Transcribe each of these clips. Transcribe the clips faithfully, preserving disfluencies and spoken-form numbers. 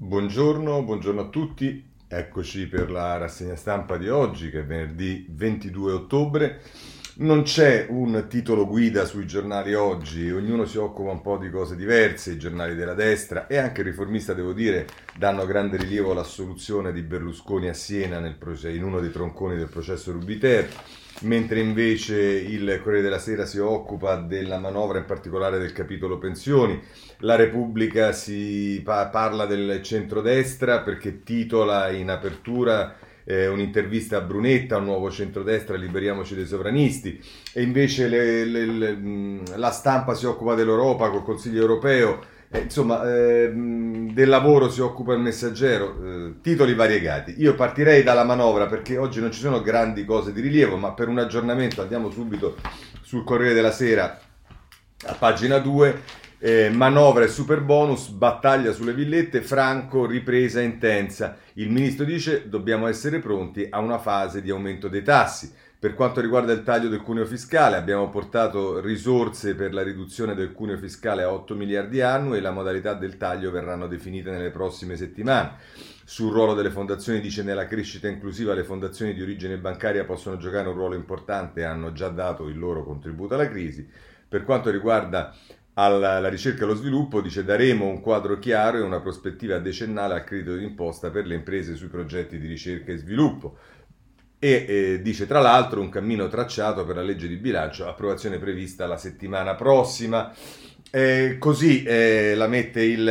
Buongiorno, buongiorno a tutti, eccoci per la rassegna stampa di oggi che è venerdì ventidue ottobre. Non c'è un titolo guida sui giornali oggi, ognuno si occupa un po' di cose diverse, i giornali della destra e anche il Riformista, devo dire, danno grande rilievo all'assoluzione di Berlusconi a Siena nel proce- in uno dei tronconi del processo Rubiter, mentre invece il Corriere della Sera si occupa della manovra, in particolare del capitolo pensioni. La Repubblica si pa- parla del centrodestra perché titola in apertura eh, un'intervista a Brunetta, un nuovo centrodestra, liberiamoci dei sovranisti, e invece le, le, le, mh, la stampa si occupa dell'Europa col Consiglio europeo, eh, insomma eh, mh, del lavoro si occupa il Messaggero, eh, titoli variegati. Io partirei dalla manovra perché oggi non ci sono grandi cose di rilievo, ma per un aggiornamento andiamo subito sul Corriere della Sera a pagina due. Eh, manovra e super bonus, battaglia sulle villette, Franco, ripresa intensa. Il ministro dice dobbiamo essere pronti a una fase di aumento dei tassi. Per quanto riguarda il taglio del cuneo fiscale, abbiamo portato risorse per la riduzione del cuneo fiscale a otto miliardi annui e la modalità del taglio verranno definite nelle prossime settimane. Sul ruolo delle fondazioni dice nella crescita inclusiva le fondazioni di origine bancaria possono giocare un ruolo importante e hanno già dato il loro contributo alla crisi. Per quanto riguarda alla la ricerca e lo sviluppo dice daremo un quadro chiaro e una prospettiva decennale al credito d'imposta per le imprese sui progetti di ricerca e sviluppo e eh, dice tra l'altro un cammino tracciato per la legge di bilancio, approvazione prevista la settimana prossima. Eh, così eh, la mette il,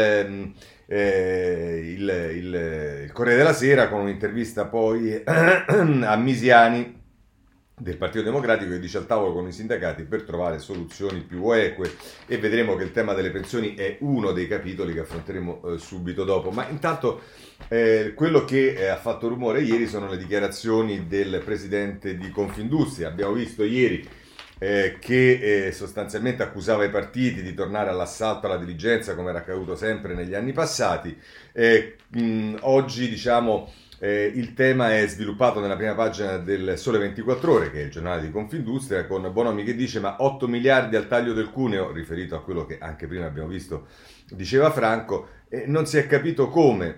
eh, il, il, il Corriere della Sera con un'intervista poi a Misiani del Partito Democratico che dice al tavolo con i sindacati per trovare soluzioni più eque, e vedremo che il tema delle pensioni è uno dei capitoli che affronteremo eh, subito dopo. Ma intanto eh, quello che eh, ha fatto rumore ieri sono le dichiarazioni del presidente di Confindustria. Abbiamo visto ieri eh, che eh, sostanzialmente accusava i partiti di tornare all'assalto alla diligenza come era accaduto sempre negli anni passati. Eh, mh, oggi diciamo Eh, il tema è sviluppato nella prima pagina del Sole ventiquattro Ore, che è il giornale di Confindustria, con Bonomi che dice ma otto miliardi al taglio del cuneo, riferito a quello che anche prima abbiamo visto, diceva Franco, eh, non si è capito come.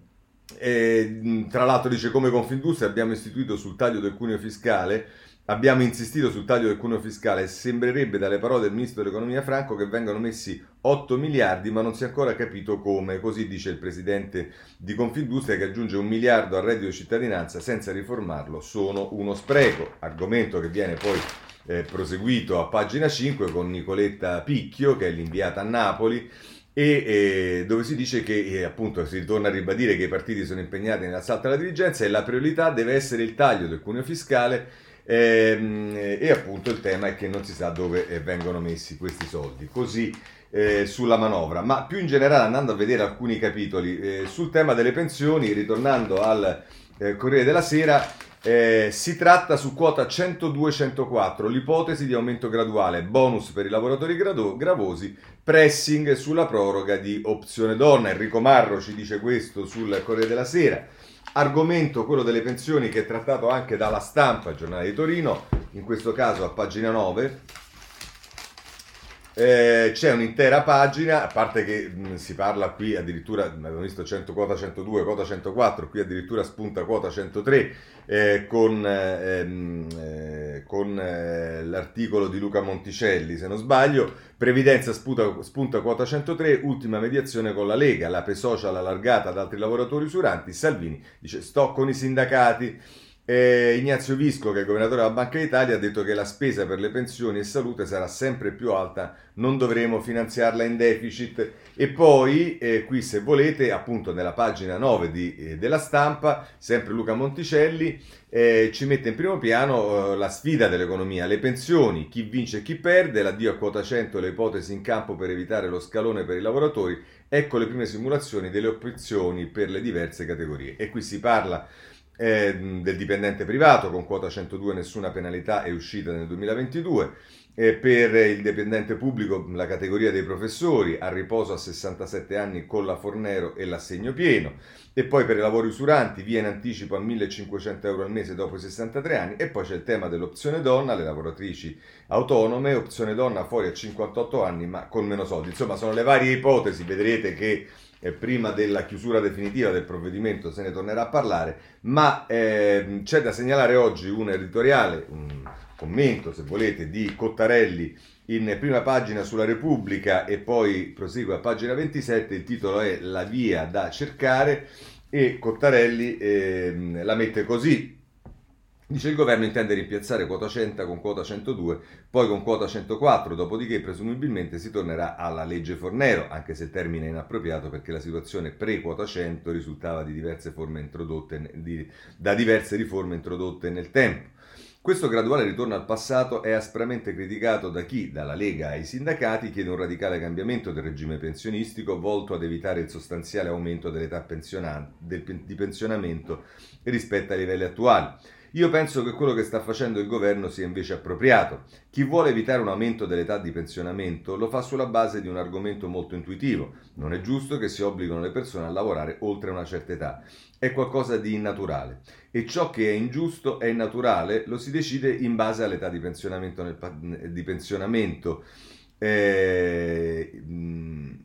Eh, tra l'altro dice come Confindustria abbiamo istituito sul taglio del cuneo fiscale, abbiamo insistito sul taglio del cuneo fiscale, sembrerebbe dalle parole del ministro dell'economia Franco che vengano messi otto miliardi ma non si è ancora capito come, così dice il presidente di Confindustria, che aggiunge un miliardo al reddito di cittadinanza senza riformarlo sono uno spreco, argomento che viene poi eh, proseguito a pagina cinque con Nicoletta Picchio che è l'inviata a Napoli e eh, dove si dice che eh, appunto si ritorna a ribadire che i partiti sono impegnati nell'assalto alla dirigenza e la priorità deve essere il taglio del cuneo fiscale. Ehm, e appunto il tema è che non si sa dove eh, vengono messi questi soldi, così eh, sulla manovra, ma più in generale andando a vedere alcuni capitoli eh, sul tema delle pensioni, ritornando al eh, Corriere della Sera, eh, si tratta su quota centodue centoquattro l'ipotesi di aumento graduale, bonus per i lavoratori grado- gravosi, pressing sulla proroga di opzione donna. Enrico Marro ci dice questo sul Corriere della Sera. Argomento quello delle pensioni che è trattato anche dalla Stampa, il giornale di Torino, in questo caso a pagina nove. Eh, c'è un'intera pagina, a parte che mh, si parla qui addirittura, abbiamo visto cento, quota centodue, quota centoquattro, qui addirittura spunta quota centotré eh, con, ehm, eh, con eh, l'articolo di Luca Monticelli, se non sbaglio, previdenza spunta, spunta quota centotré, ultima mediazione con la Lega, la P social allargata ad altri lavoratori usuranti, Salvini dice sto con i sindacati. Eh, Ignazio Visco, che è il governatore della Banca d'Italia, ha detto che la spesa per le pensioni e salute sarà sempre più alta, non dovremo finanziarla in deficit. E poi, eh, qui se volete, appunto nella pagina nove di, eh, della Stampa, sempre Luca Monticelli, eh, ci mette in primo piano eh, la sfida dell'economia, le pensioni, chi vince e chi perde, l'addio a quota cento e le ipotesi in campo per evitare lo scalone per i lavoratori, ecco le prime simulazioni delle opzioni per le diverse categorie. E qui si parla Eh, del dipendente privato con quota centodue, nessuna penalità è uscita nel duemilaventidue, E per il dipendente pubblico la categoria dei professori a riposo a sessantasette anni con la Fornero e l'assegno pieno, e poi per i lavori usuranti via in anticipo a millecinquecento euro al mese dopo i sessantatré anni, e poi c'è il tema dell'opzione donna, le lavoratrici autonome, opzione donna fuori a cinquantotto anni ma con meno soldi. Insomma, sono le varie ipotesi, vedrete che eh, prima della chiusura definitiva del provvedimento se ne tornerà a parlare, ma eh, c'è da segnalare oggi un editoriale, un commento se volete di Cottarelli in prima pagina sulla Repubblica e poi prosegue a pagina ventisette. Il titolo è La via da cercare e Cottarelli eh, la mette così. Dice: il governo intende rimpiazzare quota cento con quota centodue, poi con quota centoquattro, dopodiché presumibilmente si tornerà alla legge Fornero, anche se il termine è inappropriato perché la situazione pre-quota cento risultava di diverse forme introdotte, di, da diverse riforme introdotte nel tempo. Questo graduale ritorno al passato è aspramente criticato da chi, dalla Lega ai sindacati, chiede un radicale cambiamento del regime pensionistico volto ad evitare il sostanziale aumento dell'età pensiona- del, di pensionamento rispetto ai livelli attuali. Io penso che quello che sta facendo il governo sia invece appropriato. Chi vuole evitare un aumento dell'età di pensionamento lo fa sulla base di un argomento molto intuitivo. Non è giusto che si obblighino le persone a lavorare oltre una certa età. È qualcosa di innaturale. E ciò che è ingiusto è innaturale lo si decide in base all'età di pensionamento. Nel, di pensionamento. Eh, mh,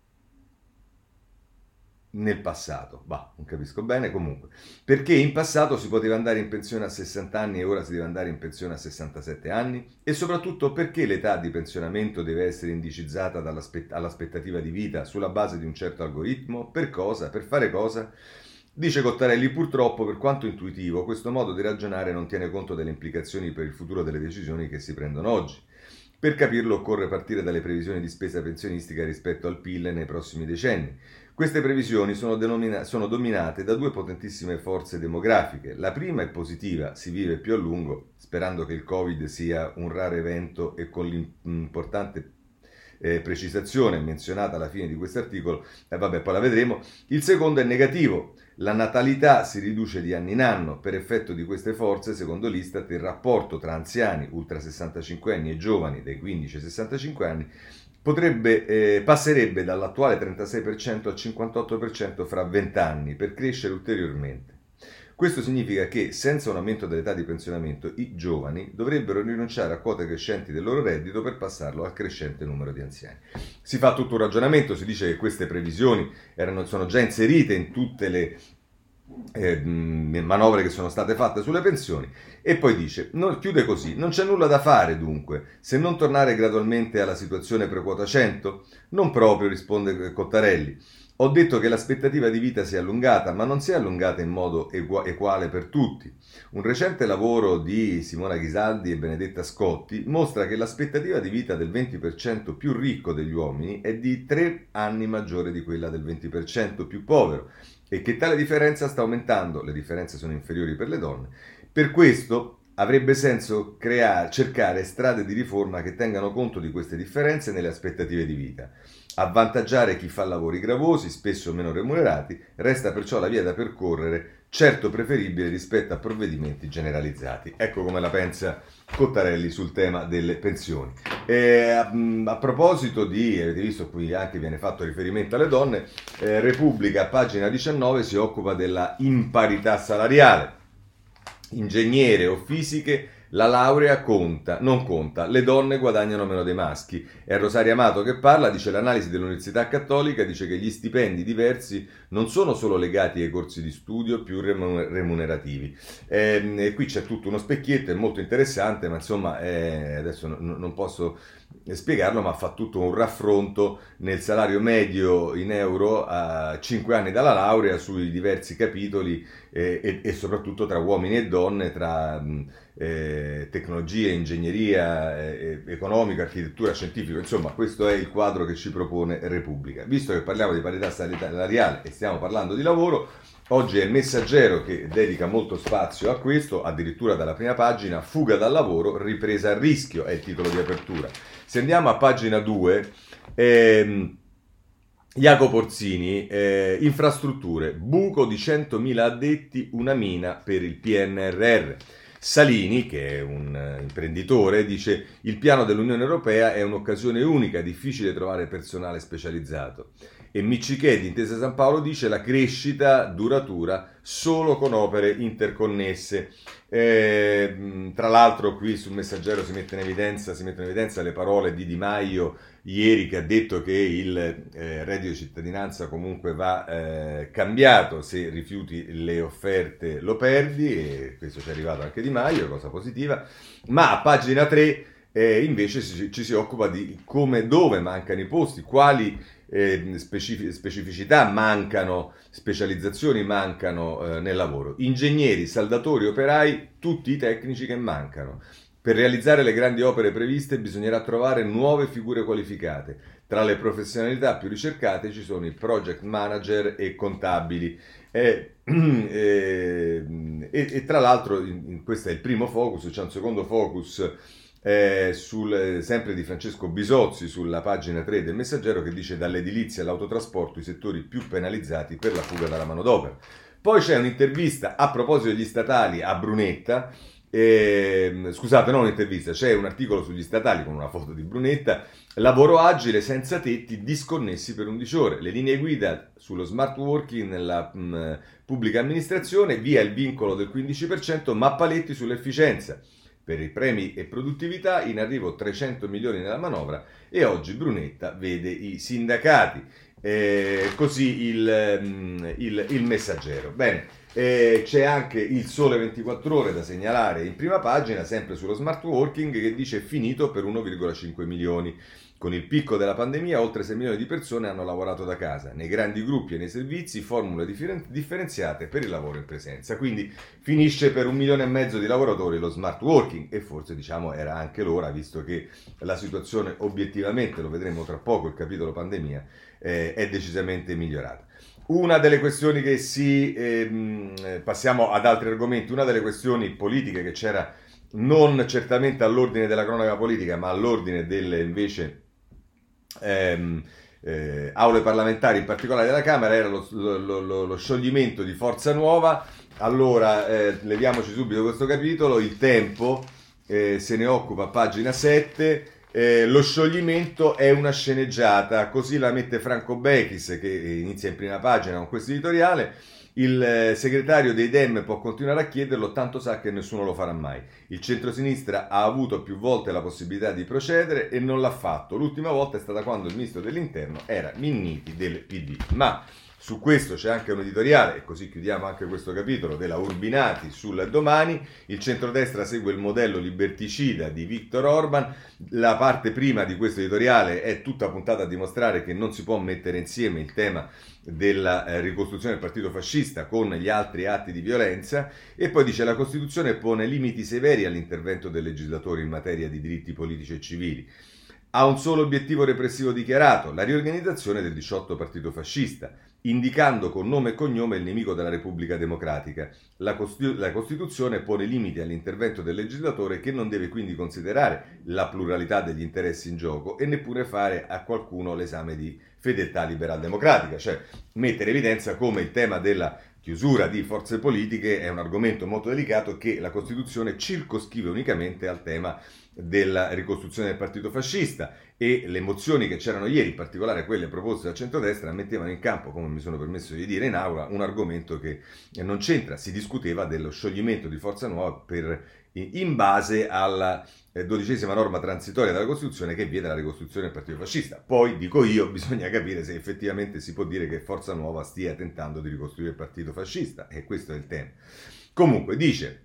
nel passato, bah, non capisco bene, comunque, perché in passato si poteva andare in pensione a sessanta anni e ora si deve andare in pensione a sessantasette anni? E soprattutto perché l'età di pensionamento deve essere indicizzata all'aspettativa di vita sulla base di un certo algoritmo? Per cosa? Per fare cosa? Dice Cottarelli: purtroppo, per quanto intuitivo, questo modo di ragionare non tiene conto delle implicazioni per il futuro delle decisioni che si prendono oggi. Per capirlo occorre partire dalle previsioni di spesa pensionistica rispetto al P I L nei prossimi decenni. Queste previsioni sono, denomina- sono dominate da due potentissime forze demografiche. La prima è positiva, si vive più a lungo, sperando che il Covid sia un raro evento e con l'importante eh, precisazione menzionata alla fine di questo articolo, eh, vabbè, poi la vedremo. Il secondo è negativo. La natalità si riduce di anno in anno. Per effetto di queste forze, secondo l'Istat, il rapporto tra anziani, ultra sessantacinque anni e giovani dai quindici ai sessantacinque anni potrebbe, eh, passerebbe dall'attuale trentasei per cento al cinquantotto per cento fra venti anni, per crescere ulteriormente. Questo significa che, senza un aumento dell'età di pensionamento, i giovani dovrebbero rinunciare a quote crescenti del loro reddito per passarlo al crescente numero di anziani. Si fa tutto un ragionamento, si dice che queste previsioni erano, sono già inserite in tutte le eh, manovre che sono state fatte sulle pensioni, e poi dice, non, chiude così: non c'è nulla da fare dunque, se non tornare gradualmente alla situazione pre-quota cento? Non proprio, risponde Cottarelli. Ho detto che l'aspettativa di vita si è allungata, ma non si è allungata in modo equa- equale per tutti. Un recente lavoro di Simona Ghisaldi e Benedetta Scotti mostra che l'aspettativa di vita del venti per cento più ricco degli uomini è di tre anni maggiore di quella del venti per cento più povero, e che tale differenza sta aumentando. Le differenze sono inferiori per le donne. Per questo avrebbe senso creare, cercare strade di riforma che tengano conto di queste differenze nelle aspettative di vita. Avvantaggiare chi fa lavori gravosi, spesso meno remunerati, resta perciò la via da percorrere, certo preferibile rispetto a provvedimenti generalizzati. Ecco come la pensa Cottarelli sul tema delle pensioni. E, a, a proposito di, avete visto qui anche viene fatto riferimento alle donne, eh, Repubblica, pagina diciannove, si occupa della imparità salariale. Ingegnere o fisiche, la laurea conta, non conta, le donne guadagnano meno dei maschi. È Rosaria Amato che parla, dice: l'analisi dell'Università Cattolica dice che gli stipendi diversi non sono solo legati ai corsi di studio più remunerativi. E, e qui c'è tutto uno specchietto, è molto interessante, ma insomma eh, adesso no, non posso spiegarlo, ma fa tutto un raffronto nel salario medio in euro a cinque anni dalla laurea sui diversi capitoli eh, e, e soprattutto tra uomini e donne, tra eh, tecnologia, ingegneria, eh, economica, architettura, scientifico. Insomma, questo è il quadro che ci propone Repubblica. Visto che parliamo di parità salariale e stiamo parlando di lavoro, oggi è il Messaggero che dedica molto spazio a questo, addirittura dalla prima pagina: fuga dal lavoro, ripresa a rischio, è il titolo di apertura. Se andiamo a pagina due, ehm, Jacopo Orsini, eh, infrastrutture, buco di centomila addetti, una mina per il P N R R. Salini, che è un uh, imprenditore, dice: il piano dell'Unione Europea è un'occasione unica, difficile trovare personale specializzato. E Miccichè di Intesa San Paolo dice: la crescita duratura solo con opere interconnesse. Eh, tra l'altro qui sul Messaggero si mette in evidenza, si mettono in evidenza le parole di Di Maio ieri, che ha detto che il eh, reddito di cittadinanza comunque va eh, cambiato, se rifiuti le offerte lo perdi, e questo ci è arrivato anche Di Maio, cosa positiva. Ma a pagina tre eh, invece ci, ci si occupa di come, dove mancano i posti, quali eh, specific- specificità mancano, specializzazioni mancano eh, nel lavoro. Ingegneri, saldatori, operai, tutti i tecnici che mancano. Per realizzare le grandi opere previste bisognerà trovare nuove figure qualificate. Tra le professionalità più ricercate ci sono i project manager e contabili. E, e, e, e tra l'altro, in, in, questo è il primo focus, c'è un secondo focus eh, sul, sempre di Francesco Bisozzi sulla pagina tre del Messaggero, che dice: dall'edilizia all'autotrasporto i settori più penalizzati per la fuga dalla manodopera. Poi c'è un'intervista a proposito degli statali a Brunetta. Eh, scusate, non un'intervista, c'è un articolo sugli statali con una foto di Brunetta. Lavoro agile senza tetti disconnessi per undici ore. Le linee guida sullo smart working nella mh, pubblica amministrazione, via il vincolo del quindici per cento, ma paletti sull'efficienza. Per i premi e produttività in arrivo trecento milioni nella manovra, e oggi Brunetta vede i sindacati. Eh, così il, il, il Messaggero. Bene. Eh, c'è anche il Sole ventiquattro Ore da segnalare in prima pagina, sempre sullo smart working, che dice: finito per uno virgola cinque milioni. Con il picco della pandemia oltre sei milioni di persone hanno lavorato da casa. Nei grandi gruppi e nei servizi formule differen- differenziate per il lavoro in presenza. Quindi finisce per un milione e mezzo di lavoratori lo smart working, e forse diciamo era anche l'ora, visto che la situazione obiettivamente, lo vedremo tra poco, il capitolo pandemia, eh, è decisamente migliorata. Una delle questioni che si... Ehm, passiamo ad altri argomenti. Una delle questioni politiche che c'era non certamente all'ordine della cronaca politica, ma all'ordine delle invece ehm, eh, aule parlamentari, in particolare della Camera, era lo, lo, lo, lo scioglimento di Forza Nuova. Allora, eh, leviamoci subito questo capitolo. Il Tempo eh, se ne occupa a pagina sette. Eh, lo scioglimento è una sceneggiata, così la mette Franco Bechis, che inizia in prima pagina con questo editoriale. Il eh, segretario dei Dem può continuare a chiederlo, tanto sa che nessuno lo farà mai. Il centrosinistra ha avuto più volte la possibilità di procedere e non l'ha fatto. L'ultima volta è stata quando il ministro dell'Interno era Minniti del P D. Ma su questo c'è anche un editoriale, e così chiudiamo anche questo capitolo, della Urbinati sul Domani. Il centrodestra segue il modello liberticida di Viktor Orban. La parte prima di questo editoriale è tutta puntata a dimostrare che non si può mettere insieme il tema della eh, ricostruzione del partito fascista con gli altri atti di violenza, e poi dice: la Costituzione pone limiti severi all'intervento del legislatore in materia di diritti politici e civili. Ha un solo obiettivo repressivo dichiarato: la riorganizzazione del diciotto partito fascista, indicando con nome e cognome il nemico della Repubblica Democratica. La, Costitu- la Costituzione pone limiti all'intervento del legislatore, che non deve quindi considerare la pluralità degli interessi in gioco e neppure fare a qualcuno l'esame di fedeltà liberal-democratica, cioè mettere in evidenza come il tema della chiusura di forze politiche è un argomento molto delicato, che la Costituzione circoscrive unicamente al tema della ricostruzione del partito fascista, e le mozioni che c'erano ieri, in particolare quelle proposte dal centrodestra, mettevano in campo, come mi sono permesso di dire in aula, un argomento che non c'entra. Si discuteva dello scioglimento di Forza Nuova per, in base alla dodicesima norma transitoria della Costituzione, che vieta la ricostruzione del partito fascista. Poi, dico io, bisogna capire se effettivamente si può dire che Forza Nuova stia tentando di ricostruire il partito fascista, e questo è il tema. Comunque, dice...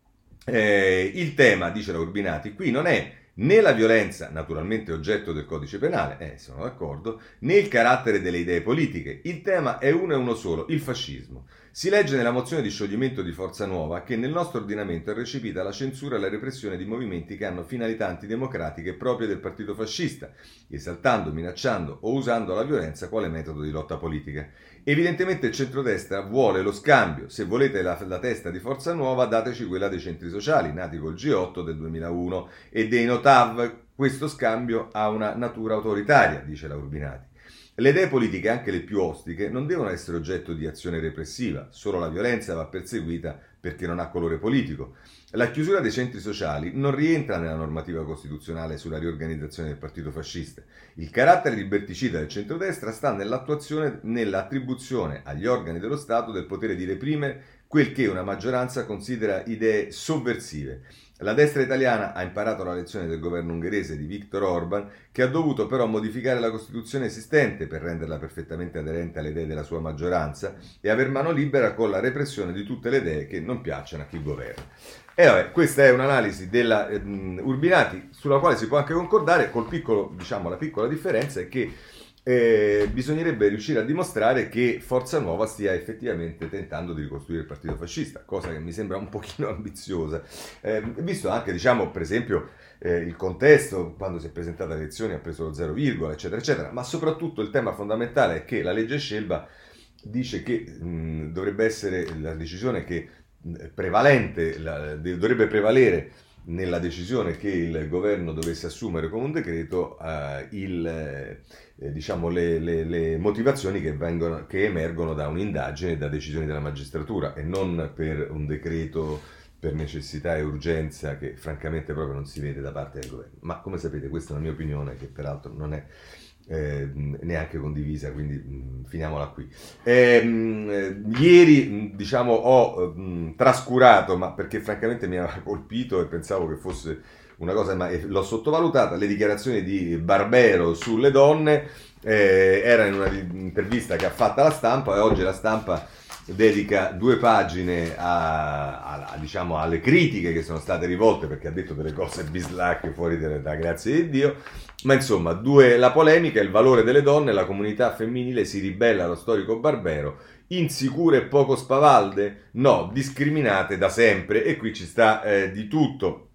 Eh, il tema, dice la Urbinati, qui non è né la violenza, naturalmente oggetto del codice penale, eh, sono d'accordo, né il carattere delle idee politiche. Il tema è uno e uno solo: il fascismo. Si legge nella mozione di scioglimento di Forza Nuova che nel nostro ordinamento è recepita la censura e la repressione di movimenti che hanno finalità antidemocratiche proprie del partito fascista, esaltando, minacciando o usando la violenza quale metodo di lotta politica. Evidentemente il centrodestra vuole lo scambio. Se volete la, la testa di Forza Nuova, dateci quella dei centri sociali, nati col G otto del duemilauno, e dei Notav. Questo scambio ha una natura autoritaria, dice la Urbinati. Le idee politiche, anche le più ostiche, non devono essere oggetto di azione repressiva, solo la violenza va perseguita perché non ha colore politico. La chiusura dei centri sociali non rientra nella normativa costituzionale sulla riorganizzazione del partito fascista. Il carattere liberticida del centrodestra sta nell'attuazione, nell'attribuzione agli organi dello Stato del potere di reprimere quel che una maggioranza considera idee sovversive. La destra italiana ha imparato la lezione del governo ungherese di Viktor Orban, che ha dovuto però modificare la Costituzione esistente per renderla perfettamente aderente alle idee della sua maggioranza e aver mano libera con la repressione di tutte le idee che non piacciono a chi governa. E vabbè, questa è un'analisi della eh, Urbinati, sulla quale si può anche concordare, col piccolo, diciamo, la piccola differenza è che Eh, bisognerebbe riuscire a dimostrare che Forza Nuova stia effettivamente tentando di ricostruire il partito fascista, cosa che mi sembra un pochino ambiziosa, eh, visto anche, diciamo, per esempio, eh, il contesto, quando si è presentata alle elezioni ha preso lo zero, eccetera, eccetera, ma soprattutto il tema fondamentale è che la legge Scelba dice che mh, dovrebbe essere la decisione che mh, prevalente, la, de, dovrebbe prevalere nella decisione che il governo dovesse assumere con un decreto eh, il, eh, diciamo le, le, le motivazioni che, vengono, che emergono da un'indagine e da decisioni della magistratura e non per un decreto per necessità e urgenza che francamente proprio non si vede da parte del governo. Ma come sapete questa è una mia opinione che peraltro non è Eh, neanche condivisa, quindi mh, finiamola qui. Eh, mh, ieri mh, diciamo ho mh, trascurato, ma perché francamente mi aveva colpito e pensavo che fosse una cosa, ma eh, l'ho sottovalutata, le dichiarazioni di Barbero sulle donne. Eh, era in una intervista che ha fatto alla Stampa e oggi la Stampa dedica due pagine a, a, a, diciamo, alle critiche che sono state rivolte, perché ha detto delle cose bislacche fuori da, da grazia di Dio. Ma insomma, due, la polemica, il valore delle donne, la comunità femminile si ribella allo storico Barbero, insicure e poco spavalde? No, discriminate da sempre, e qui ci sta eh, di tutto.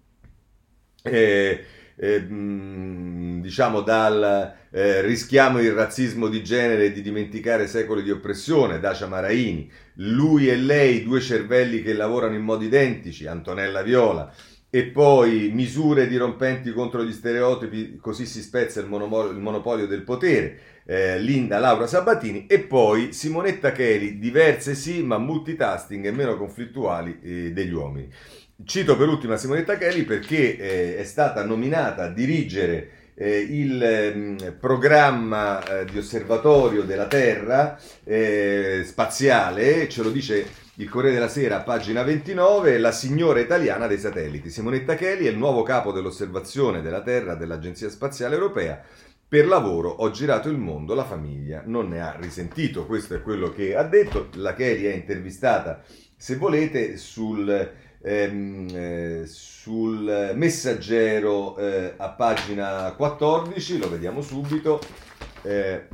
Eh, eh, mh, diciamo dal eh, rischiamo il razzismo di genere e di dimenticare secoli di oppressione, Dacia Maraini, lui e lei, due cervelli che lavorano in modi identici, Antonella Viola. E poi misure dirompenti contro gli stereotipi, così si spezza il, monomo- il monopolio del potere, eh, Linda Laura Sabatini, e poi Simonetta Cheli, diverse sì, ma multitasking e meno conflittuali eh, degli uomini. Cito per ultima Simonetta Cheli perché eh, è stata nominata a dirigere eh, il eh, programma eh, di osservatorio della Terra eh, spaziale, ce lo dice il Corriere della Sera, pagina ventinove, la signora italiana dei satelliti. Simonetta Cheli è il nuovo capo dell'osservazione della Terra dell'Agenzia Spaziale Europea. Per lavoro ho girato il mondo, la famiglia non ne ha risentito. Questo è quello che ha detto. La Cheli è intervistata, se volete, sul, ehm, eh, sul Messaggero eh, a pagina quattordici, lo vediamo subito. Eh,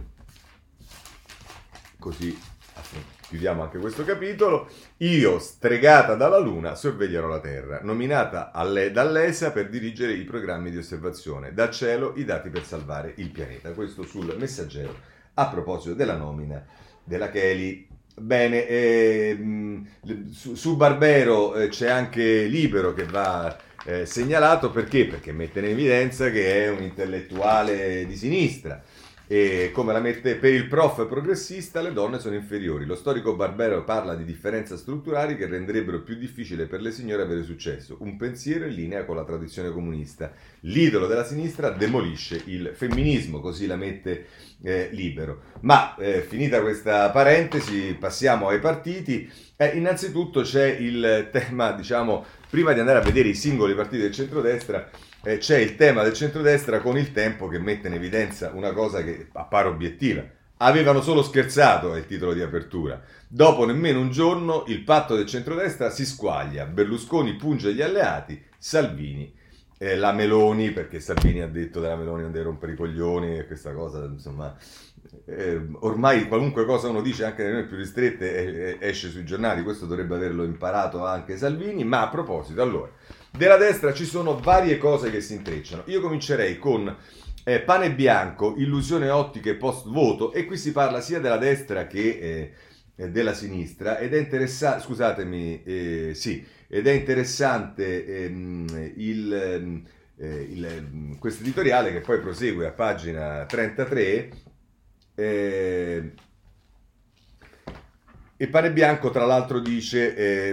così chiudiamo anche questo capitolo. Io, stregata dalla Luna, sorveglierò la Terra. Nominata alle, dall'E S A per dirigere i programmi di osservazione. Dal cielo i dati per salvare il pianeta. Questo sul Messaggero a proposito della nomina della Cheli. Bene, eh, su, su Barbero eh, c'è anche Libero che va eh, segnalato. Perché? Perché mette in evidenza che è un intellettuale di sinistra. E come la mette per il prof progressista, le donne sono inferiori. Lo storico Barbero parla di differenze strutturali che renderebbero più difficile per le signore avere successo. Un pensiero in linea con la tradizione comunista. L'idolo della sinistra demolisce il femminismo, così la mette eh, Libero. Ma eh, finita questa parentesi, passiamo ai partiti. Eh, innanzitutto c'è il tema, diciamo, prima di andare a vedere i singoli partiti del centrodestra, Eh, c'è il tema del centrodestra con il Tempo che mette in evidenza una cosa che appare obiettiva. Avevano solo scherzato, è il titolo di apertura. Dopo nemmeno un giorno il patto del centrodestra si squaglia. Berlusconi punge gli alleati, Salvini, eh, la Meloni, perché Salvini ha detto della Meloni non deve rompere i coglioni e questa cosa, insomma, eh, ormai qualunque cosa uno dice anche nelle più ristrette eh, esce sui giornali. Questo dovrebbe averlo imparato anche Salvini. Ma a proposito, allora, della destra ci sono varie cose che si intrecciano. Io comincerei con eh, pane bianco, illusione ottiche post voto, e qui si parla sia della destra che eh, della sinistra, ed è interessante, scusatemi, eh, sì, ed è interessante ehm, il, eh, il, questo editoriale che poi prosegue a pagina trentatré. Eh, e Panebianco tra l'altro dice, eh,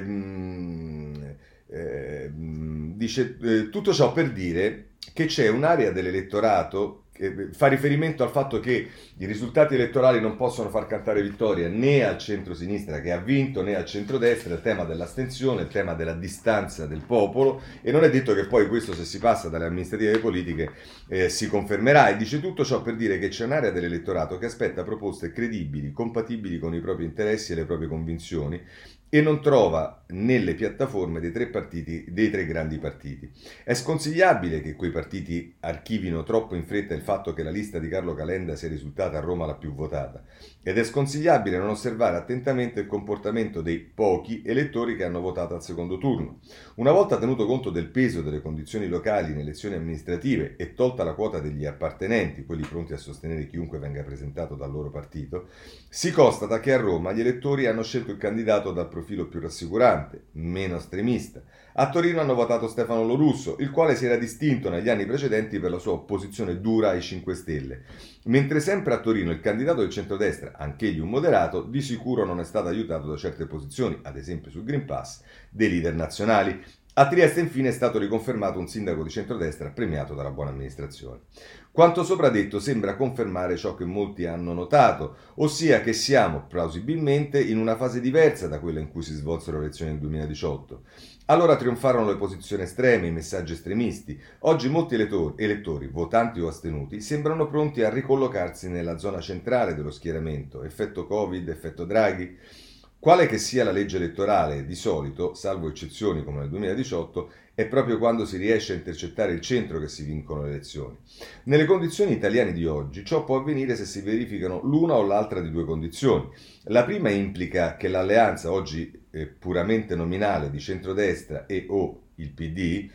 eh, dice eh, tutto ciò per dire che c'è un'area dell'elettorato che fa riferimento al fatto che i risultati elettorali non possono far cantare vittoria né al centro-sinistra che ha vinto né al centrodestra, il tema dell'astensione, il tema della distanza del popolo, e non è detto che poi questo, se si passa dalle amministrative alle politiche, eh, si confermerà. E dice tutto ciò per dire che c'è un'area dell'elettorato che aspetta proposte credibili, compatibili con i propri interessi e le proprie convinzioni, e non trova nelle piattaforme dei tre partiti, dei tre grandi partiti. È sconsigliabile che quei partiti archivino troppo in fretta il fatto che la lista di Carlo Calenda sia risultata a Roma la più votata, ed è sconsigliabile non osservare attentamente il comportamento dei pochi elettori che hanno votato al secondo turno. Una volta tenuto conto del peso delle condizioni locali in elezioni amministrative e tolta la quota degli appartenenti, quelli pronti a sostenere chiunque venga presentato dal loro partito, si constata che a Roma gli elettori hanno scelto il candidato dal profilo più rassicurante, meno estremista. A Torino hanno votato Stefano Lorusso, il quale si era distinto negli anni precedenti per la sua opposizione dura ai cinque Stelle, mentre sempre a Torino il candidato del centrodestra, anch'egli un moderato, di sicuro non è stato aiutato da certe posizioni, ad esempio sul Green Pass, dei leader nazionali. A Trieste infine è stato riconfermato un sindaco di centrodestra premiato dalla buona amministrazione. Quanto sopra detto sembra confermare ciò che molti hanno notato, ossia che siamo plausibilmente in una fase diversa da quella in cui si svolsero le elezioni del duemiladiciotto. Allora trionfarono le posizioni estreme, i messaggi estremisti. Oggi molti elettori, elettori, votanti o astenuti, sembrano pronti a ricollocarsi nella zona centrale dello schieramento, effetto Covid, effetto Draghi. Quale che sia la legge elettorale, di solito, salvo eccezioni come nel duemiladiciotto, è proprio quando si riesce a intercettare il centro che si vincono le elezioni. Nelle condizioni italiane di oggi ciò può avvenire se si verificano l'una o l'altra di due condizioni. La prima implica che l'alleanza, oggi eh, puramente nominale, di centrodestra e o il P D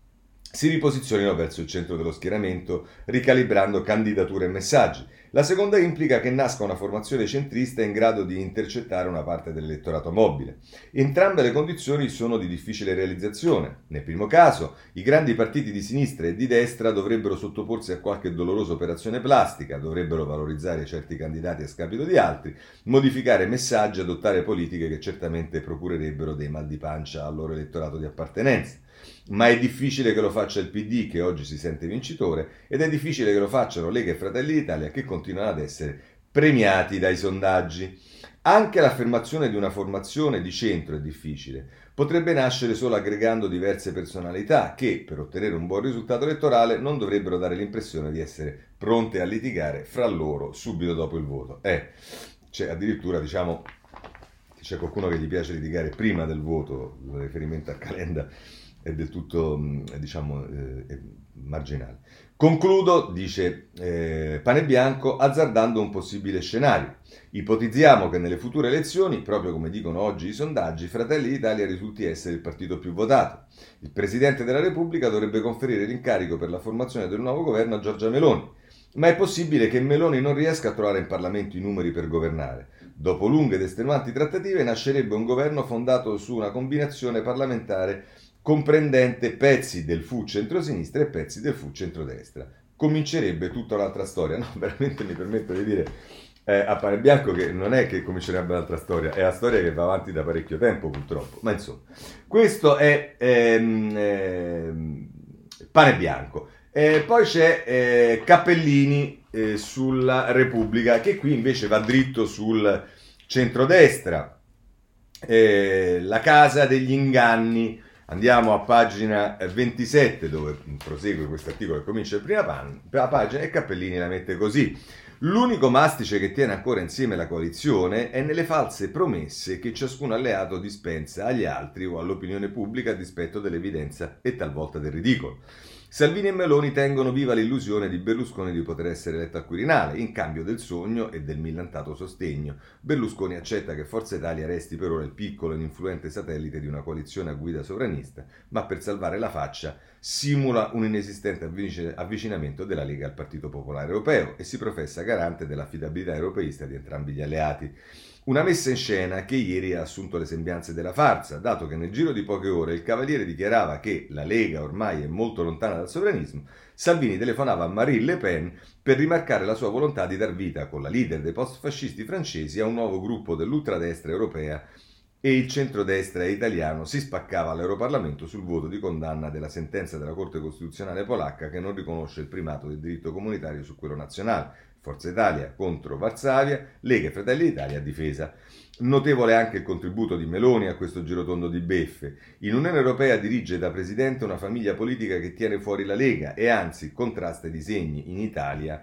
si riposizionino verso il centro dello schieramento, ricalibrando candidature e messaggi. La seconda implica che nasca una formazione centrista in grado di intercettare una parte dell'elettorato mobile. Entrambe le condizioni sono di difficile realizzazione. Nel primo caso, i grandi partiti di sinistra e di destra dovrebbero sottoporsi a qualche dolorosa operazione plastica, dovrebbero valorizzare certi candidati a scapito di altri, modificare messaggi, adottare politiche che certamente procurerebbero dei mal di pancia al loro elettorato di appartenenza. Ma è difficile che lo faccia il P D, che oggi si sente vincitore, ed è difficile che lo facciano Lega e Fratelli d'Italia, che continuano ad essere premiati dai sondaggi. Anche l'affermazione di una formazione di centro è difficile. Potrebbe nascere solo aggregando diverse personalità che, per ottenere un buon risultato elettorale, non dovrebbero dare l'impressione di essere pronte a litigare fra loro subito dopo il voto. Eh, c'è addirittura, diciamo, c'è qualcuno che gli piace litigare prima del voto, in riferimento a Calenda, è del tutto, diciamo, eh, marginale. Concludo, dice eh, Panebianco, azzardando un possibile scenario. Ipotizziamo che nelle future elezioni, proprio come dicono oggi i sondaggi, Fratelli d'Italia risulti essere il partito più votato. Il Presidente della Repubblica dovrebbe conferire l'incarico per la formazione del nuovo governo a Giorgia Meloni. Ma è possibile che Meloni non riesca a trovare in Parlamento i numeri per governare. Dopo lunghe ed estenuanti trattative nascerebbe un governo fondato su una combinazione parlamentare comprendente pezzi del F U centrosinistra e pezzi del F U centrodestra. Comincerebbe tutta un'altra storia. No, veramente mi permetto di dire eh, a Panebianco che non è che comincerebbe un'altra storia, è una storia che va avanti da parecchio tempo purtroppo. Ma insomma, questo è ehm, ehm, Panebianco. Eh, poi c'è eh, Cappellini eh, sulla Repubblica, che qui invece va dritto sul centrodestra. Eh, la casa degli inganni. Andiamo a pagina ventisette, dove prosegue questo articolo che comincia in prima pan- pagina, e Cappellini la mette così. L'unico mastice che tiene ancora insieme la coalizione è nelle false promesse che ciascun alleato dispensa agli altri o all'opinione pubblica a dispetto dell'evidenza e talvolta del ridicolo. Salvini e Meloni tengono viva l'illusione di Berlusconi di poter essere eletto al Quirinale, in cambio del sogno e del millantato sostegno. Berlusconi accetta che Forza Italia resti per ora il piccolo e influente satellite di una coalizione a guida sovranista, ma per salvare la faccia simula un inesistente avvicinamento della Lega al Partito Popolare Europeo e si professa garante dell'affidabilità europeista di entrambi gli alleati. Una messa in scena che ieri ha assunto le sembianze della farsa, dato che nel giro di poche ore il Cavaliere dichiarava che la Lega ormai è molto lontana dal sovranismo. Salvini telefonava a Marine Le Pen per rimarcare la sua volontà di dar vita, con la leader dei post-fascisti francesi, a un nuovo gruppo dell'ultradestra europea, e il centrodestra italiano si spaccava all'Europarlamento sul voto di condanna della sentenza della Corte Costituzionale polacca che non riconosce il primato del diritto comunitario su quello nazionale. Forza Italia contro Varsavia, Lega e Fratelli d'Italia a difesa. Notevole anche il contributo di Meloni a questo girotondo di beffe. In Unione Europea dirige da presidente una famiglia politica che tiene fuori la Lega e anzi contrasta i disegni in Italia,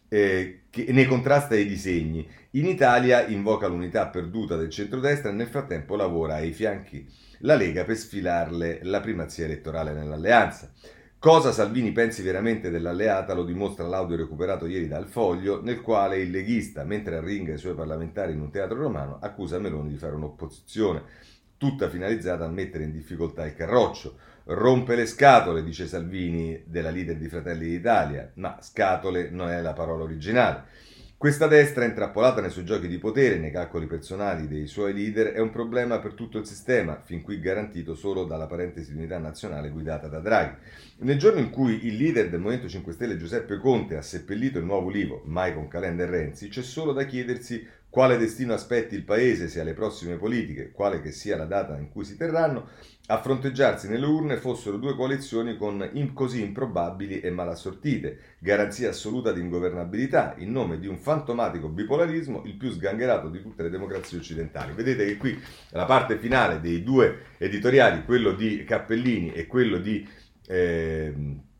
eh, che ne contrasta i disegni. In Italia invoca l'unità perduta del centrodestra e nel frattempo lavora ai fianchi la Lega per sfilarle la primazia elettorale nell'alleanza. Cosa Salvini pensi veramente dell'alleata lo dimostra l'audio recuperato ieri dal Foglio, nel quale il leghista, mentre arringa i suoi parlamentari in un teatro romano, accusa Meloni di fare un'opposizione tutta finalizzata a mettere in difficoltà il Carroccio. Rompe le scatole, dice Salvini, della leader di Fratelli d'Italia, ma scatole non è la parola originale. Questa destra, intrappolata nei suoi giochi di potere, nei calcoli personali dei suoi leader, è un problema per tutto il sistema, fin qui garantito solo dalla parentesi di unità nazionale guidata da Draghi. Nel giorno in cui il leader del Movimento cinque Stelle Giuseppe Conte ha seppellito il nuovo Ulivo, mai con Calenda e Renzi, c'è solo da chiedersi quale destino aspetti il Paese sia alle prossime politiche, quale che sia la data in cui si terranno, a fronteggiarsi nelle urne fossero due coalizioni con in così improbabili e malassortite, garanzia assoluta di ingovernabilità, in nome di un fantomatico bipolarismo, il più sgangherato di tutte le democrazie occidentali. Vedete che qui la parte finale dei due editoriali, quello di Cappellini e quello di, eh,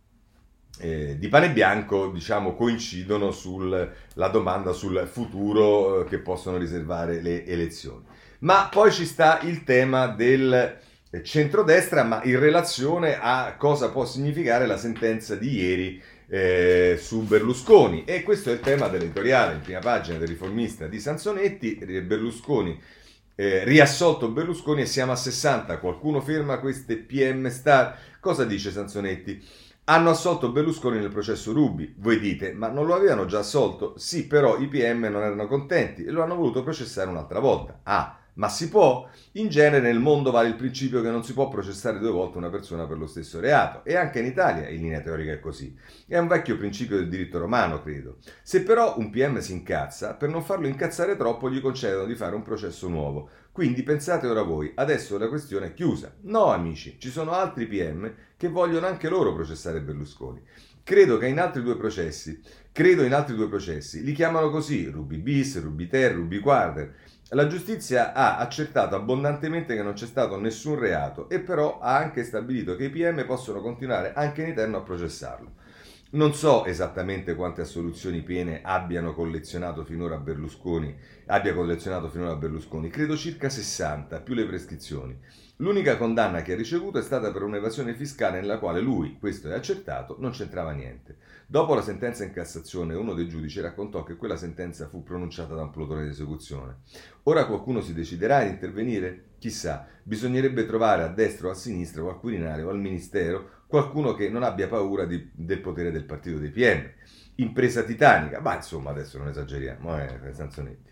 eh, di Panebianco, diciamo, coincidono sulla domanda sul futuro eh, che possono riservare le elezioni. Ma poi ci sta il tema del centrodestra, ma in relazione a cosa può significare la sentenza di ieri eh, su Berlusconi, e questo è il tema dell'editoriale in prima pagina del Riformista di Sansonetti. Berlusconi, eh, riassolto Berlusconi e siamo a sessanta, qualcuno ferma queste P M star. Cosa dice Sansonetti? Hanno assolto Berlusconi nel processo Ruby, voi dite, ma non lo avevano già assolto? Sì, però i P M non erano contenti e lo hanno voluto processare un'altra volta. Ah, ma si può? In genere nel mondo vale il principio che non si può processare due volte una persona per lo stesso reato, e anche in Italia in linea teorica è così. È un vecchio principio del diritto romano, credo. Se però un P M si incazza, per non farlo incazzare troppo gli concedono di fare un processo nuovo. Quindi pensate ora voi, adesso la questione è chiusa. No, amici, ci sono altri P M che vogliono anche loro processare Berlusconi. Credo che in altri due processi, credo in altri due processi, li chiamano così, Ruby bis, Ruby ter, Ruby quater. La giustizia ha accertato abbondantemente che non c'è stato nessun reato e però ha anche stabilito che i P M possono continuare anche in eterno a processarlo. Non so esattamente quante assoluzioni piene abbiano collezionato finora Berlusconi, abbia collezionato finora Berlusconi, credo circa sessanta, più le prescrizioni. L'unica condanna che ha ricevuto è stata per un'evasione fiscale nella quale lui, questo è accertato, non c'entrava niente. Dopo la sentenza in Cassazione, uno dei giudici raccontò che quella sentenza fu pronunciata da un plotone di esecuzione. Ora qualcuno si deciderà ad intervenire? Chissà, bisognerebbe trovare a destra o a sinistra o al Quirinale o al Ministero qualcuno che non abbia paura di, del potere del partito dei P M. Impresa titanica, ma insomma adesso non esageriamo, eh, Sansonetti.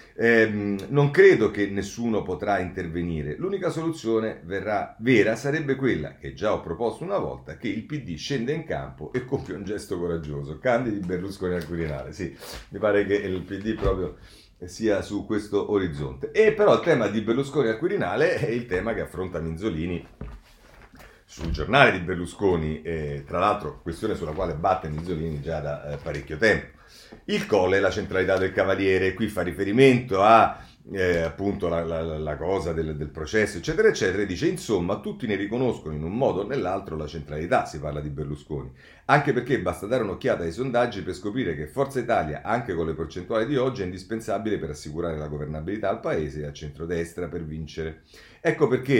Eh, non credo che nessuno potrà intervenire. L'unica soluzione verrà, vera sarebbe quella, che già ho proposto una volta, che il P D scenda in campo e compia un gesto coraggioso. Candidi Berlusconi al Quirinale. Sì, mi pare che il P D proprio sia su questo orizzonte. E però il tema di Berlusconi al Quirinale è il tema che affronta Minzolini sul giornale di Berlusconi, eh, tra l'altro questione sulla quale batte Minzolini già da eh, parecchio tempo. Il Colle e la centralità del Cavaliere, qui fa riferimento a eh, appunto la, la, la cosa del, del processo eccetera eccetera, e dice insomma tutti ne riconoscono in un modo o nell'altro la centralità, si parla di Berlusconi, anche perché basta dare un'occhiata ai sondaggi per scoprire che Forza Italia, anche con le percentuali di oggi, è indispensabile per assicurare la governabilità al Paese e al centrodestra per vincere. Ecco perché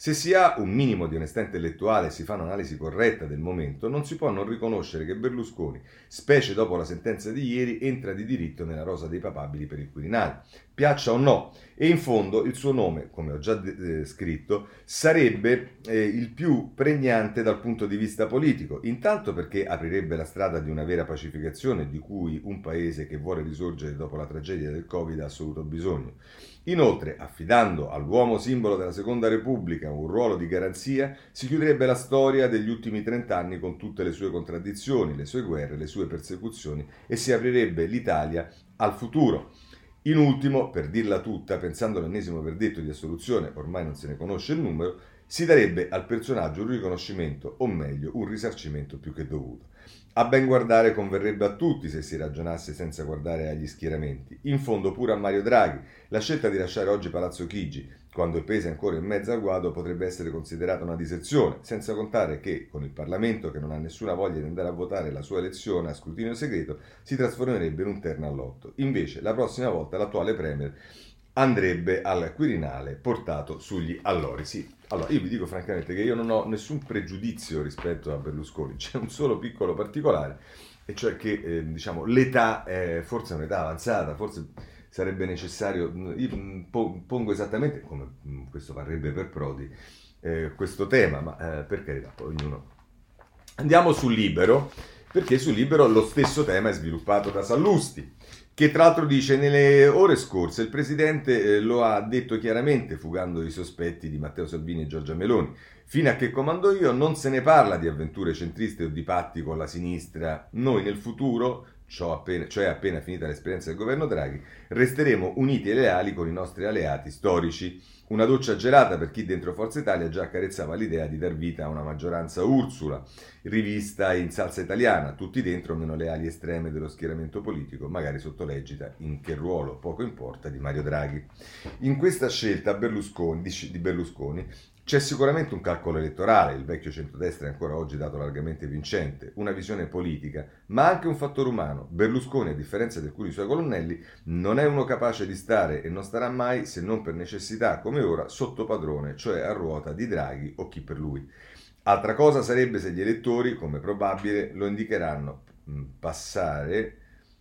Se si ha un minimo di onestà intellettuale e si fa un'analisi corretta del momento, non si può non riconoscere che Berlusconi, specie dopo la sentenza di ieri, entra di diritto nella rosa dei papabili per il Quirinale, piaccia o no, e in fondo il suo nome, come ho già eh, scritto, sarebbe eh, il più pregnante dal punto di vista politico, intanto perché aprirebbe la strada di una vera pacificazione di cui un paese che vuole risorgere dopo la tragedia del Covid ha assoluto bisogno. Inoltre, affidando all'uomo simbolo della Seconda Repubblica un ruolo di garanzia, si chiuderebbe la storia degli ultimi trent'anni con tutte le sue contraddizioni, le sue guerre, le sue persecuzioni e si aprirebbe l'Italia al futuro. In ultimo, per dirla tutta, pensando all'ennesimo verdetto di assoluzione, ormai non se ne conosce il numero, si darebbe al personaggio un riconoscimento, o meglio, un risarcimento più che dovuto. A ben guardare converrebbe a tutti se si ragionasse senza guardare agli schieramenti. In fondo pure a Mario Draghi. La scelta di lasciare oggi Palazzo Chigi, quando il paese è ancora in mezzo al guado, potrebbe essere considerata una diserzione, senza contare che, con il Parlamento che non ha nessuna voglia di andare a votare la sua elezione a scrutinio segreto, si trasformerebbe in un terno all'otto. Invece, la prossima volta l'attuale Premier andrebbe al Quirinale portato sugli allori. Sì, allora io vi dico francamente che io non ho nessun pregiudizio rispetto a Berlusconi, c'è un solo piccolo particolare, e cioè che eh, diciamo l'età è forse un'età avanzata, forse sarebbe necessario, io pongo esattamente, come questo varrebbe per Prodi, eh, questo tema, ma eh, per carità, poi ognuno... Andiamo sul Libero, perché sul Libero lo stesso tema è sviluppato da Sallusti, che tra l'altro dice: nelle ore scorse il Presidente eh, lo ha detto chiaramente, fugando i sospetti di Matteo Salvini e Giorgia Meloni. Fino a che comando io non se ne parla di avventure centriste o di patti con la sinistra. Noi nel futuro, appena, cioè appena finita l'esperienza del governo Draghi, resteremo uniti e leali con i nostri alleati storici. Una doccia gelata per chi dentro Forza Italia già accarezzava l'idea di dar vita a una maggioranza Ursula, rivista in salsa italiana, tutti dentro meno le ali estreme dello schieramento politico, magari sotto l'egida, in che ruolo, poco importa, di Mario Draghi. In questa scelta Berlusconi, di Berlusconi c'è sicuramente un calcolo elettorale, il vecchio centrodestra è ancora oggi dato largamente vincente, una visione politica, ma anche un fattore umano. Berlusconi, a differenza di alcuni suoi colonnelli, non è uno capace di stare e non starà mai, se non per necessità come ora, sotto padrone, cioè a ruota di Draghi o chi per lui. Altra cosa sarebbe se gli elettori, come probabile, lo indicheranno passare...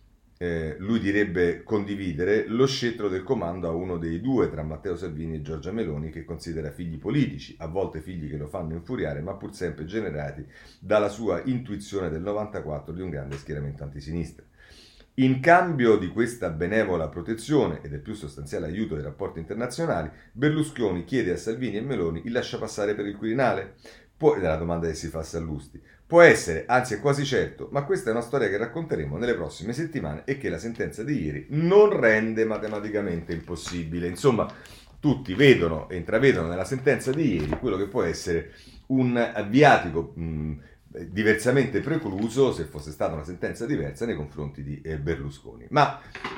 Eh, lui direbbe condividere lo scettro del comando a uno dei due tra Matteo Salvini e Giorgia Meloni, che considera figli politici, a volte figli che lo fanno infuriare, ma pur sempre generati dalla sua intuizione del novantaquattro di un grande schieramento antisinistra. In cambio di questa benevola protezione e del più sostanziale aiuto dei rapporti internazionali, Berlusconi chiede a Salvini e Meloni il lasciapassare per il Quirinale? Poi, la domanda che si fa a Sallusti. Può essere, anzi è quasi certo, ma questa è una storia che racconteremo nelle prossime settimane e che la sentenza di ieri non rende matematicamente impossibile. Insomma, tutti vedono e intravedono nella sentenza di ieri quello che può essere un viatico mh, diversamente precluso, se fosse stata una sentenza diversa, nei confronti di eh, Berlusconi. Ma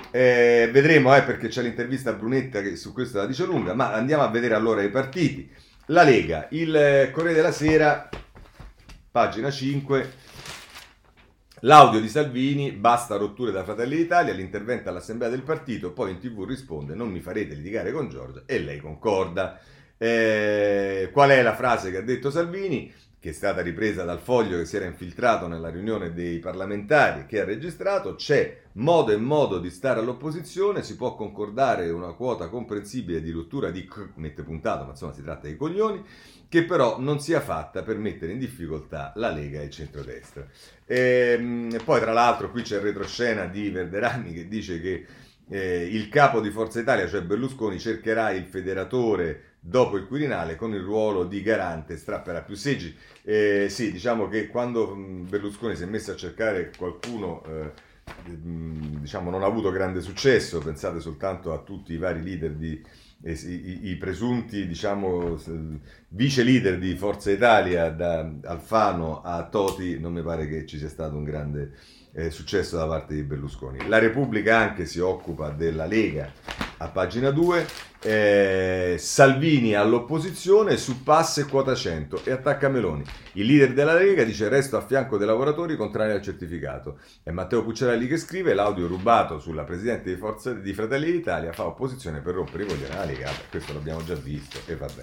eh, vedremo, eh, perché c'è l'intervista a Brunetta che su questo la dice lunga, ma andiamo a vedere allora i partiti. La Lega, il Corriere della Sera... Pagina cinque, l'audio di Salvini, basta rotture da Fratelli d'Italia, l'intervento all'assemblea del partito, poi in tv risponde: non mi farete litigare con Giorgia, e lei concorda. Eh, qual è la frase che ha detto Salvini, che è stata ripresa dal Foglio che si era infiltrato nella riunione dei parlamentari, che ha registrato: c'è modo e modo di stare all'opposizione, si può concordare una quota comprensibile di rottura di c, mette puntato, ma insomma si tratta di coglioni, che però non sia fatta per mettere in difficoltà la Lega e il centrodestra. E, poi tra l'altro qui c'è il retroscena di Verderani che dice che eh, il capo di Forza Italia, cioè Berlusconi, cercherà il federatore dopo il Quirinale con il ruolo di garante, strapperà più seggi. Eh, sì, diciamo che quando Berlusconi si è messo a cercare qualcuno... Eh, diciamo non ha avuto grande successo, pensate soltanto a tutti i vari leader di eh, i, i presunti diciamo vice leader di Forza Italia, da Alfano a Toti, non mi pare che ci sia stato un grande eh, successo da parte di Berlusconi. La Repubblica anche si occupa della Lega a pagina due Eh, Salvini all'opposizione su pass e quota cento e attacca Meloni. Il leader della Lega dice resto a fianco dei lavoratori contrari al certificato. È Matteo Pucciarelli che scrive l'audio rubato sulla presidente di, Forza, di Fratelli d'Italia fa opposizione per rompere i coglioni alla Lega. Vabbè, questo l'abbiamo già visto e vabbè.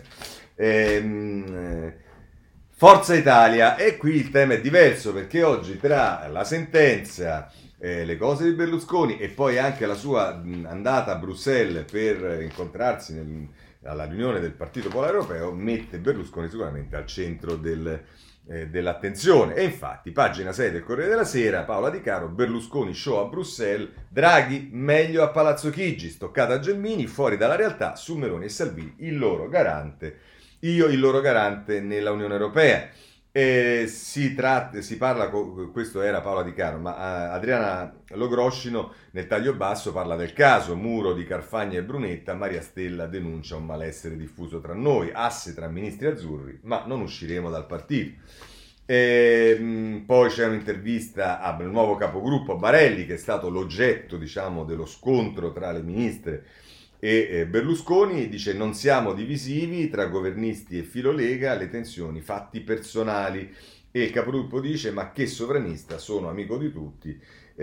Ehm, Forza Italia, e qui il tema è diverso perché oggi tra la sentenza, Eh, le cose di Berlusconi e poi anche la sua mh, andata a Bruxelles per incontrarsi nel, alla riunione del Partito Popolare Europeo mette Berlusconi sicuramente al centro del, eh, dell'attenzione. E infatti, pagina sei del Corriere della Sera, Paola Di Caro, Berlusconi show a Bruxelles, Draghi meglio a Palazzo Chigi, stoccata a Gelmini, fuori dalla realtà su Meloni e Salvini, il loro garante, io il loro garante nella Unione Europea. E si, tratta, si parla, questo era Paola Di Caro, ma Adriana Logroscino nel taglio basso parla del caso, muro di Carfagna e Brunetta, Maria Stella denuncia un malessere diffuso tra noi, asse tra ministri azzurri, ma non usciremo dal partito. E, mh, poi c'è un'intervista al nuovo capogruppo Barelli, che è stato l'oggetto, diciamo, dello scontro tra le ministre e Berlusconi, dice non siamo divisivi tra governisti e filolega, le tensioni fatti personali, e il capogruppo dice ma che sovranista, sono amico di tutti,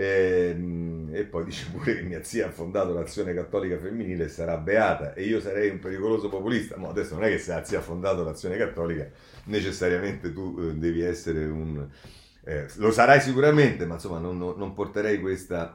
e, e poi dice pure che mia zia ha fondato l'Azione Cattolica Femminile e sarà beata e io sarei un pericoloso populista. Ma adesso non è che se la zia ha fondato l'Azione Cattolica necessariamente tu eh, devi essere un... Eh, lo sarai sicuramente, ma insomma non, non, non porterei questa...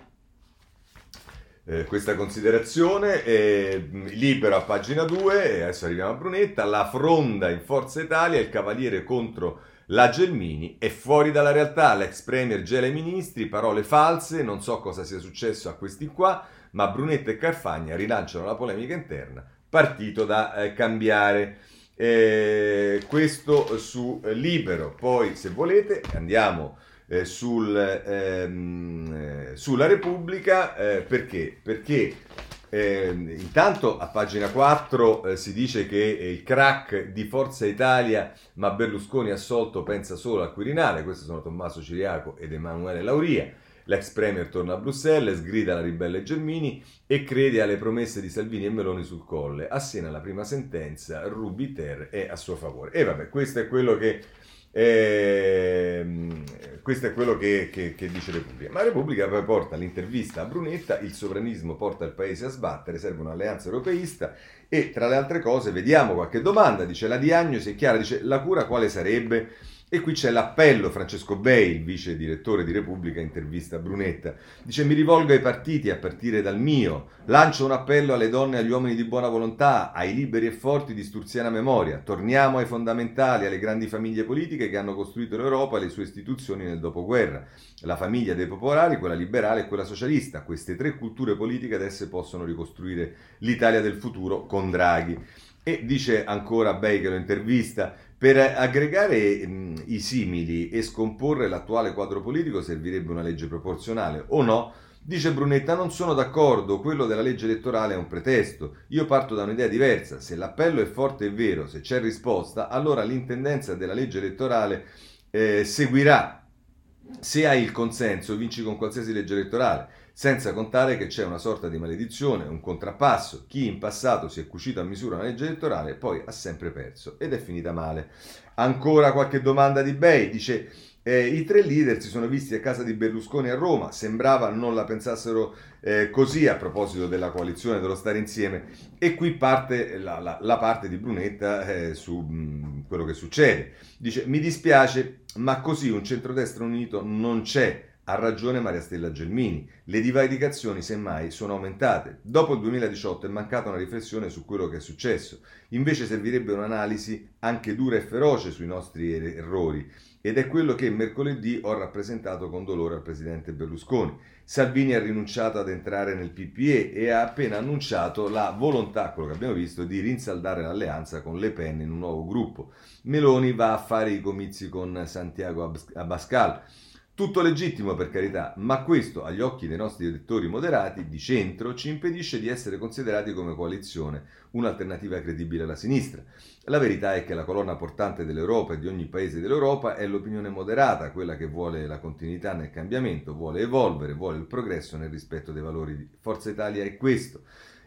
Eh, questa considerazione. eh, Libero a pagina due, adesso arriviamo a Brunetta, la fronda in Forza Italia, il cavaliere contro la Gelmini, è fuori dalla realtà, l'ex premier gela i ministri, parole false, non so cosa sia successo a questi qua, ma Brunetta e Carfagna rilanciano la polemica interna, partito da eh, cambiare. Eh, questo su eh, Libero. Poi se volete andiamo Eh, sul, ehm, eh, sulla Repubblica, eh, perché? Perché eh, intanto a pagina quattro eh, si dice che il crack di Forza Italia, ma Berlusconi assolto pensa solo al Quirinale, questi sono Tommaso Ciriaco ed Emanuele Lauria. L'ex premier torna a Bruxelles, sgrida la ribelle Gelmini e crede alle promesse di Salvini e Meloni sul Colle, assena la prima sentenza, Ruby-ter è a suo favore. E vabbè, questo è quello che Eh, questo è quello che, che, che dice Repubblica. Ma Repubblica poi porta l'intervista a Brunetta, il sovranismo porta il paese a sbattere, serve un'alleanza europeista e tra le altre cose vediamo qualche domanda, dice la diagnosi è chiara, dice la cura quale sarebbe? E qui c'è l'appello, Francesco Bei, il vice direttore di Repubblica, intervista a Brunetta, dice mi rivolgo ai partiti a partire dal mio, lancio un appello alle donne e agli uomini di buona volontà, ai liberi e forti di sturziana memoria, torniamo ai fondamentali, alle grandi famiglie politiche che hanno costruito l'Europa e le sue istituzioni nel dopoguerra, la famiglia dei popolari, quella liberale e quella socialista, queste tre culture politiche adesso possono ricostruire l'Italia del futuro con Draghi. E dice ancora Bei che lo intervista, per aggregare mh, i simili e scomporre l'attuale quadro politico servirebbe una legge proporzionale o no? Dice Brunetta, non sono d'accordo, quello della legge elettorale è un pretesto, io parto da un'idea diversa, se l'appello è forte e vero, se c'è risposta, allora l'intendenza della legge elettorale eh, seguirà, se hai il consenso vinci con qualsiasi legge elettorale, senza contare che c'è una sorta di maledizione, un contrappasso, chi in passato si è cucito a misura una legge elettorale poi ha sempre perso ed è finita male. Ancora qualche domanda di Bei, dice eh, i tre leader si sono visti a casa di Berlusconi a Roma, sembrava non la pensassero eh, così a proposito della coalizione, dello stare insieme, e qui parte la, la, la parte di Brunetta eh, su mh, quello che succede. Dice mi dispiace ma così un centrodestra unito non c'è. Ha ragione Maria Stella Gelmini, le divaricazioni semmai sono aumentate. Dopo il duemiladiciotto è mancata una riflessione su quello che è successo, invece servirebbe un'analisi anche dura e feroce sui nostri errori ed è quello che mercoledì ho rappresentato con dolore al presidente Berlusconi. Salvini ha rinunciato ad entrare nel P P E e ha appena annunciato la volontà, quello che abbiamo visto, di rinsaldare l'alleanza con Le Pen in un nuovo gruppo. Meloni va a fare i comizi con Santiago Abascal. Tutto legittimo per carità, ma questo agli occhi dei nostri elettori moderati di centro ci impedisce di essere considerati come coalizione, un'alternativa credibile alla sinistra. La verità è che la colonna portante dell'Europa e di ogni paese dell'Europa è l'opinione moderata, quella che vuole la continuità nel cambiamento, vuole evolvere, vuole il progresso nel rispetto dei valori di Forza Italia è questo.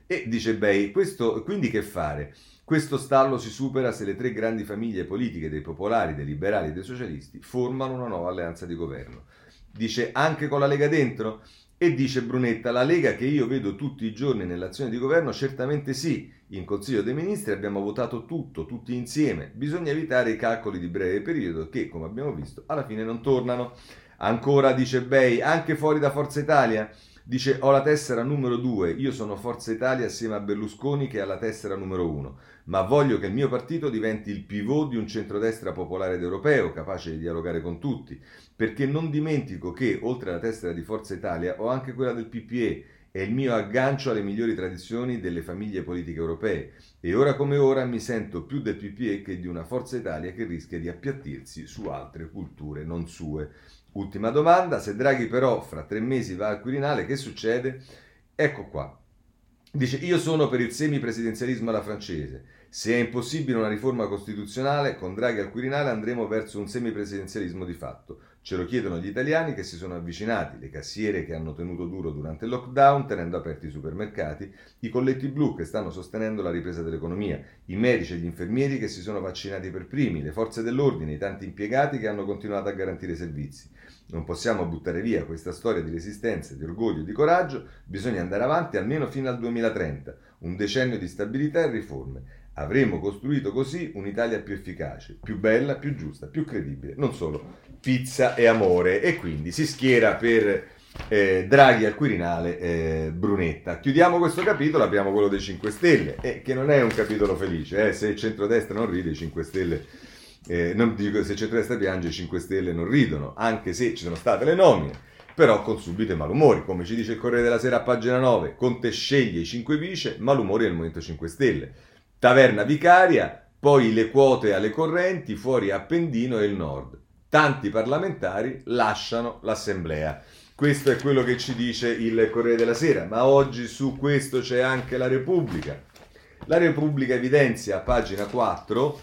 E dice Bei, questo, quindi che fare? Questo stallo si supera se le tre grandi famiglie politiche dei popolari, dei liberali e dei socialisti formano una nuova alleanza di governo. Dice anche con la Lega dentro? E dice Brunetta, la Lega che io vedo tutti i giorni nell'azione di governo, certamente sì. In Consiglio dei Ministri abbiamo votato tutto, tutti insieme. Bisogna evitare i calcoli di breve periodo che, come abbiamo visto, alla fine non tornano. Ancora, dice Bei, anche fuori da Forza Italia? Dice, ho la tessera numero due, io sono Forza Italia assieme a Berlusconi che ha la tessera numero uno, ma voglio che il mio partito diventi il pivot di un centrodestra popolare ed europeo, capace di dialogare con tutti, perché non dimentico che, oltre alla tessera di Forza Italia, ho anche quella del P P E, è il mio aggancio alle migliori tradizioni delle famiglie politiche europee, e ora come ora mi sento più del P P E che di una Forza Italia che rischia di appiattirsi su altre culture non sue. Ultima domanda, se Draghi però fra tre mesi va al Quirinale, che succede? Ecco qua. Dice, io sono per il semipresidenzialismo alla francese. Se è impossibile una riforma costituzionale, con Draghi al Quirinale andremo verso un semipresidenzialismo di fatto. Ce lo chiedono gli italiani che si sono avvicinati, le cassiere che hanno tenuto duro durante il lockdown tenendo aperti i supermercati, i colletti blu che stanno sostenendo la ripresa dell'economia, i medici e gli infermieri che si sono vaccinati per primi, le forze dell'ordine, i tanti impiegati che hanno continuato a garantire i servizi. Non possiamo buttare via questa storia di resistenza, di orgoglio e di coraggio, bisogna andare avanti almeno fino al duemilatrenta, un decennio di stabilità e riforme. Avremo costruito così un'Italia più efficace, più bella, più giusta, più credibile, non solo pizza e amore. E quindi si schiera per eh, Draghi al Quirinale eh, Brunetta. Chiudiamo questo capitolo, apriamo quello dei cinque Stelle, eh, che non è un capitolo felice, eh, se il centrodestra non ride, i cinque Stelle, eh, non dico, se il centrodestra piange, i cinque Stelle non ridono, anche se ci sono state le nomine, però con subito malumori, come ci dice il Corriere della Sera a pagina nove, Conte sceglie i cinque vice, malumori del Movimento cinque Stelle. Taverna vicaria, poi le quote alle correnti, fuori Appendino e il Nord. Tanti parlamentari lasciano l'Assemblea. Questo è quello che ci dice il Corriere della Sera, ma oggi su questo c'è anche la Repubblica. La Repubblica evidenzia a pagina quattro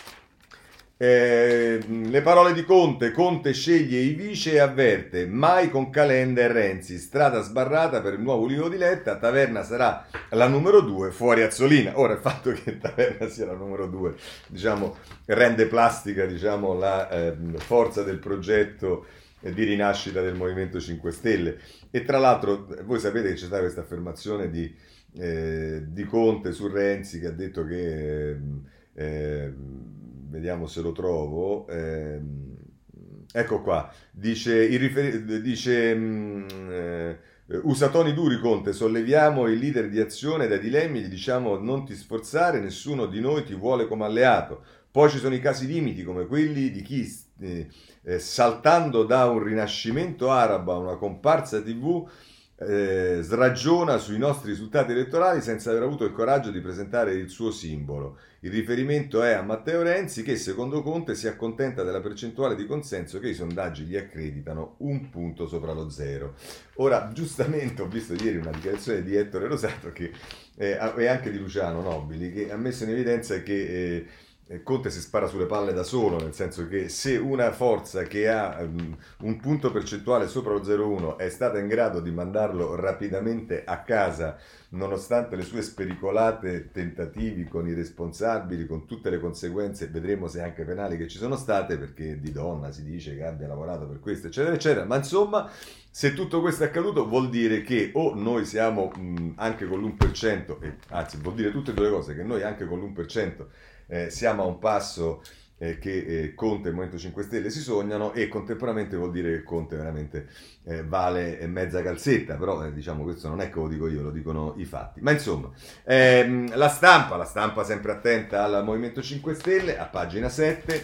eh, le parole di Conte. Conte sceglie i vice e avverte, mai con Calenda e Renzi, strada sbarrata per il nuovo Ulivo di Letta, Taverna sarà la numero due, fuori Azzolina. Ora il fatto che Taverna sia la numero due, diciamo, rende plastica, diciamo, la eh, forza del progetto di rinascita del Movimento cinque Stelle. E tra l'altro voi sapete che c'è stata questa affermazione di, eh, di Conte su Renzi, che ha detto che eh, eh, vediamo se lo trovo, eh, ecco qua, dice, il rifer- dice mh, eh, usa toni duri Conte, solleviamo il leader di Azione dai dilemmi, gli diciamo non ti sforzare, nessuno di noi ti vuole come alleato. Poi ci sono i casi limiti come quelli di chi eh, eh, saltando da un rinascimento arabo a una comparsa tivù eh, sragiona sui nostri risultati elettorali senza aver avuto il coraggio di presentare il suo simbolo. Il riferimento è a Matteo Renzi che secondo Conte si accontenta della percentuale di consenso che i sondaggi gli accreditano un punto sopra lo zero. Ora, giustamente ho visto ieri una dichiarazione di Ettore Rosato che, eh, e anche di Luciano Nobili che ha messo in evidenza che eh, Conte si spara sulle palle da solo, nel senso che se una forza che ha um, un punto percentuale sopra lo zero virgola uno è stata in grado di mandarlo rapidamente a casa nonostante le sue spericolate tentativi con i responsabili, con tutte le conseguenze, vedremo se anche penali che ci sono state, perché di donna si dice che abbia lavorato per questo eccetera eccetera, ma insomma se tutto questo è accaduto vuol dire che o noi siamo mh, anche con l'uno per cento, e, anzi vuol dire tutte e due le cose, che noi anche con l'uno per cento Eh, siamo a un passo eh, che eh, Conte e il Movimento cinque Stelle si sognano, e contemporaneamente vuol dire che Conte veramente eh, vale mezza calzetta, però eh, diciamo questo non è che lo dico io, lo dicono i fatti. Ma insomma, ehm, la stampa, la stampa sempre attenta al Movimento cinque Stelle, a pagina sette,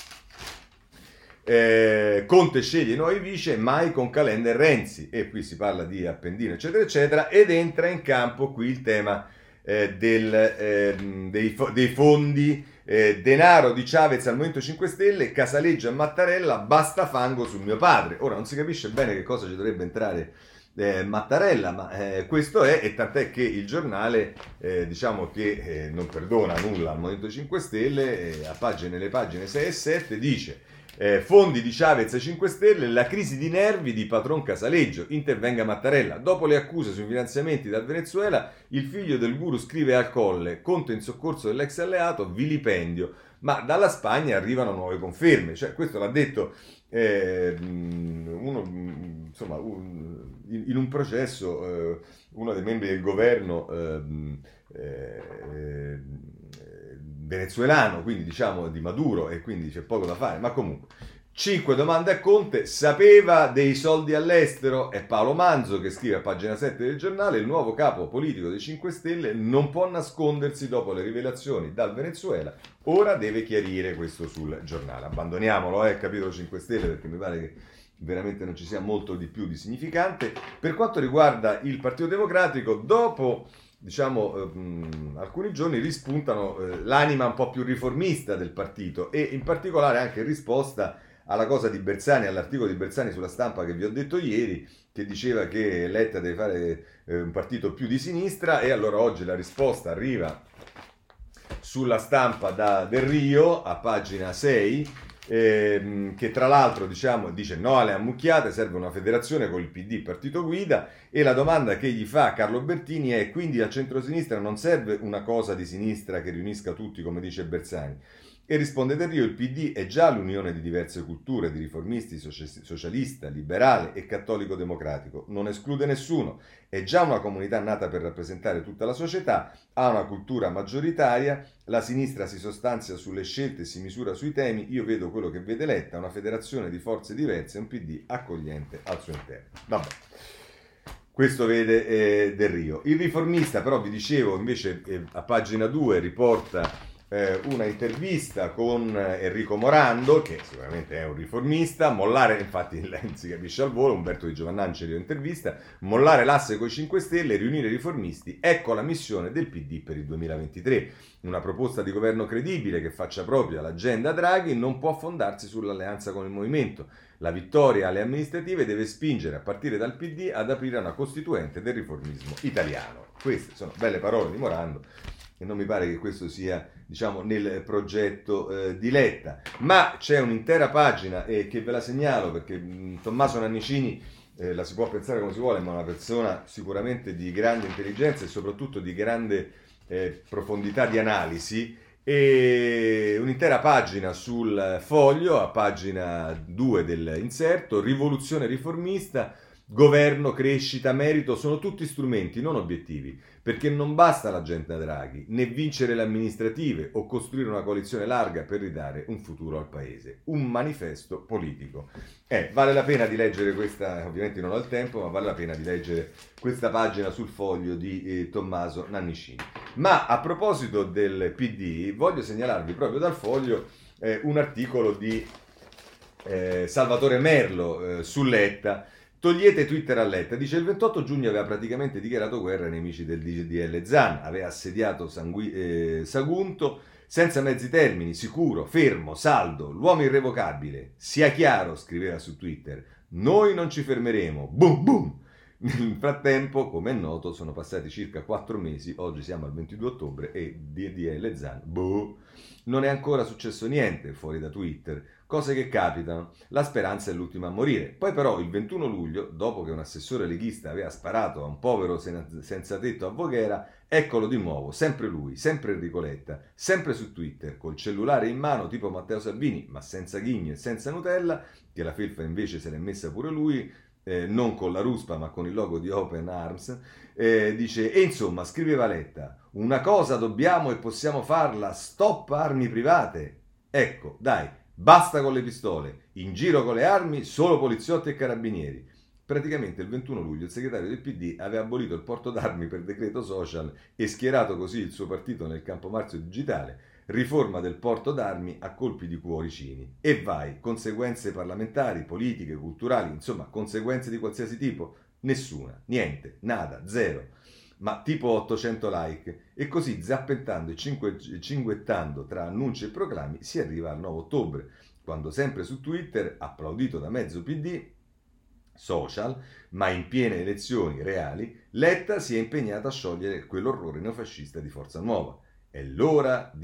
eh, Conte sceglie i nuovi vice, mai con Calenda e Renzi, e qui si parla di Appendino eccetera eccetera, ed entra in campo qui il tema Eh, del, eh, dei, dei fondi, eh, denaro di Chavez al Movimento cinque Stelle, Casaleggio a Mattarella, basta fango sul mio padre. Ora non si capisce bene che cosa ci dovrebbe entrare eh, Mattarella, ma eh, questo è, e tant'è che il giornale eh, diciamo che eh, non perdona nulla al Movimento cinque Stelle, eh, a pagine, nelle pagine sei e sette dice: Eh, fondi di Chavez ai cinque Stelle, la crisi di nervi di patron Casaleggio, intervenga Mattarella. Dopo le accuse sui finanziamenti dal Venezuela, il figlio del guru scrive al Colle, Conte in soccorso dell'ex alleato, vilipendio. Ma dalla Spagna arrivano nuove conferme, cioè questo l'ha detto eh, uno, insomma, un, in un processo eh, uno dei membri del governo eh, eh, venezuelano, quindi diciamo di Maduro, e quindi c'è poco da fare, ma comunque. Cinque domande a Conte, sapeva dei soldi all'estero? È Paolo Manzo che scrive a pagina sette del giornale, il nuovo capo politico dei cinque Stelle non può nascondersi dopo le rivelazioni dal Venezuela, ora deve chiarire questo sul giornale. Abbandoniamolo, eh, capitolo cinque Stelle, perché mi pare che veramente non ci sia molto di più di significante. Per quanto riguarda il Partito Democratico, dopo diciamo ehm, alcuni giorni rispuntano eh, l'anima un po' più riformista del partito, e in particolare anche in risposta alla cosa di Bersani, all'articolo di Bersani sulla Stampa che vi ho detto ieri, che diceva che Letta deve fare eh, un partito più di sinistra, e allora oggi la risposta arriva sulla Stampa da Del Rio a pagina sei, ehm, che tra l'altro diciamo, dice no alle ammucchiate, serve una federazione con il P D partito guida, e la domanda che gli fa Carlo Bertini è: quindi al centrosinistra non serve una cosa di sinistra che riunisca tutti, come dice Bersani? E risponde Del Rio, il P D è già l'unione di diverse culture, di riformisti, socialista, liberale e cattolico democratico, non esclude nessuno, è già una comunità nata per rappresentare tutta la società, ha una cultura maggioritaria, la sinistra si sostanzia sulle scelte e si misura sui temi, io vedo quello che vede Letta, una federazione di forze diverse e un P D accogliente al suo interno. Vabbè. Questo vede eh, Del Rio. Il Riformista, però, vi dicevo, invece eh, a pagina due riporta una intervista con Enrico Morando, che sicuramente è un riformista, mollare, infatti si capisce al volo, Umberto Di Giovannangeli intervista, mollare l'asse coi cinque Stelle, riunire i riformisti, ecco la missione del P D per il duemilaventitré. Una proposta di governo credibile che faccia propria l'agenda Draghi non può fondarsi sull'alleanza con il movimento. La vittoria alle amministrative deve spingere, a partire dal P D, ad aprire una costituente del riformismo italiano. Queste sono belle parole di Morando, e non mi pare che questo sia, diciamo, nel progetto eh, di Letta. Ma c'è un'intera pagina eh, che ve la segnalo, perché mh, Tommaso Nannicini eh, la si può pensare come si vuole, ma è una persona sicuramente di grande intelligenza e soprattutto di grande eh, profondità di analisi, e un'intera pagina sul Foglio, a pagina due dell'inserto, rivoluzione riformista, governo, crescita, merito, sono tutti strumenti, non obiettivi, perché non basta l'agenda Draghi, né vincere le amministrative o costruire una coalizione larga per ridare un futuro al paese. Un manifesto politico. Eh, vale la pena di leggere questa, ovviamente non ho il tempo, ma vale la pena di leggere questa pagina sul Foglio di eh, Tommaso Nannicini. Ma a proposito del P D, voglio segnalarvi proprio dal Foglio eh, un articolo di eh, Salvatore Merlo eh, su Letta. Togliete Twitter a Letta, dice il ventotto giugno aveva praticamente dichiarato guerra ai nemici del D D L Zan, aveva assediato Sangui- eh, Sagunto senza mezzi termini, sicuro, fermo, saldo, l'uomo irrevocabile. Sia chiaro, scriveva su Twitter, noi non ci fermeremo, boom boom. Nel frattempo, come è noto, sono passati circa quattro mesi, oggi siamo al ventidue ottobre e D D L Zan, boh, non è ancora successo niente fuori da Twitter. Cose che capitano, la speranza è l'ultima a morire. Poi però il ventuno luglio, dopo che un assessore leghista aveva sparato a un povero senza tetto a Voghera, eccolo di nuovo, sempre lui, sempre Enrico Letta, sempre su Twitter, col cellulare in mano tipo Matteo Salvini, ma senza ghigno e senza Nutella, che la felpa invece se l'è messa pure lui, eh, non con la ruspa ma con il logo di Open Arms, eh, dice, e insomma, scriveva Letta, una cosa dobbiamo e possiamo farla, stop armi private. Ecco, dai, basta con le pistole, in giro con le armi solo poliziotti e carabinieri. Praticamente il ventuno luglio il segretario del P D aveva abolito il porto d'armi per decreto social e schierato così il suo partito nel campo marcio digitale, riforma del porto d'armi a colpi di cuoricini. E vai, conseguenze parlamentari, politiche, culturali, insomma conseguenze di qualsiasi tipo? Nessuna, niente, nada, zero. Ma tipo ottocento like, e così zappettando e cinque, cinguettando tra annunci e proclami si arriva al nove ottobre, quando sempre su Twitter, applaudito da mezzo P D, social, ma in piene elezioni reali, Letta si è impegnata a sciogliere quell'orrore neofascista di Forza Nuova. È l'ora di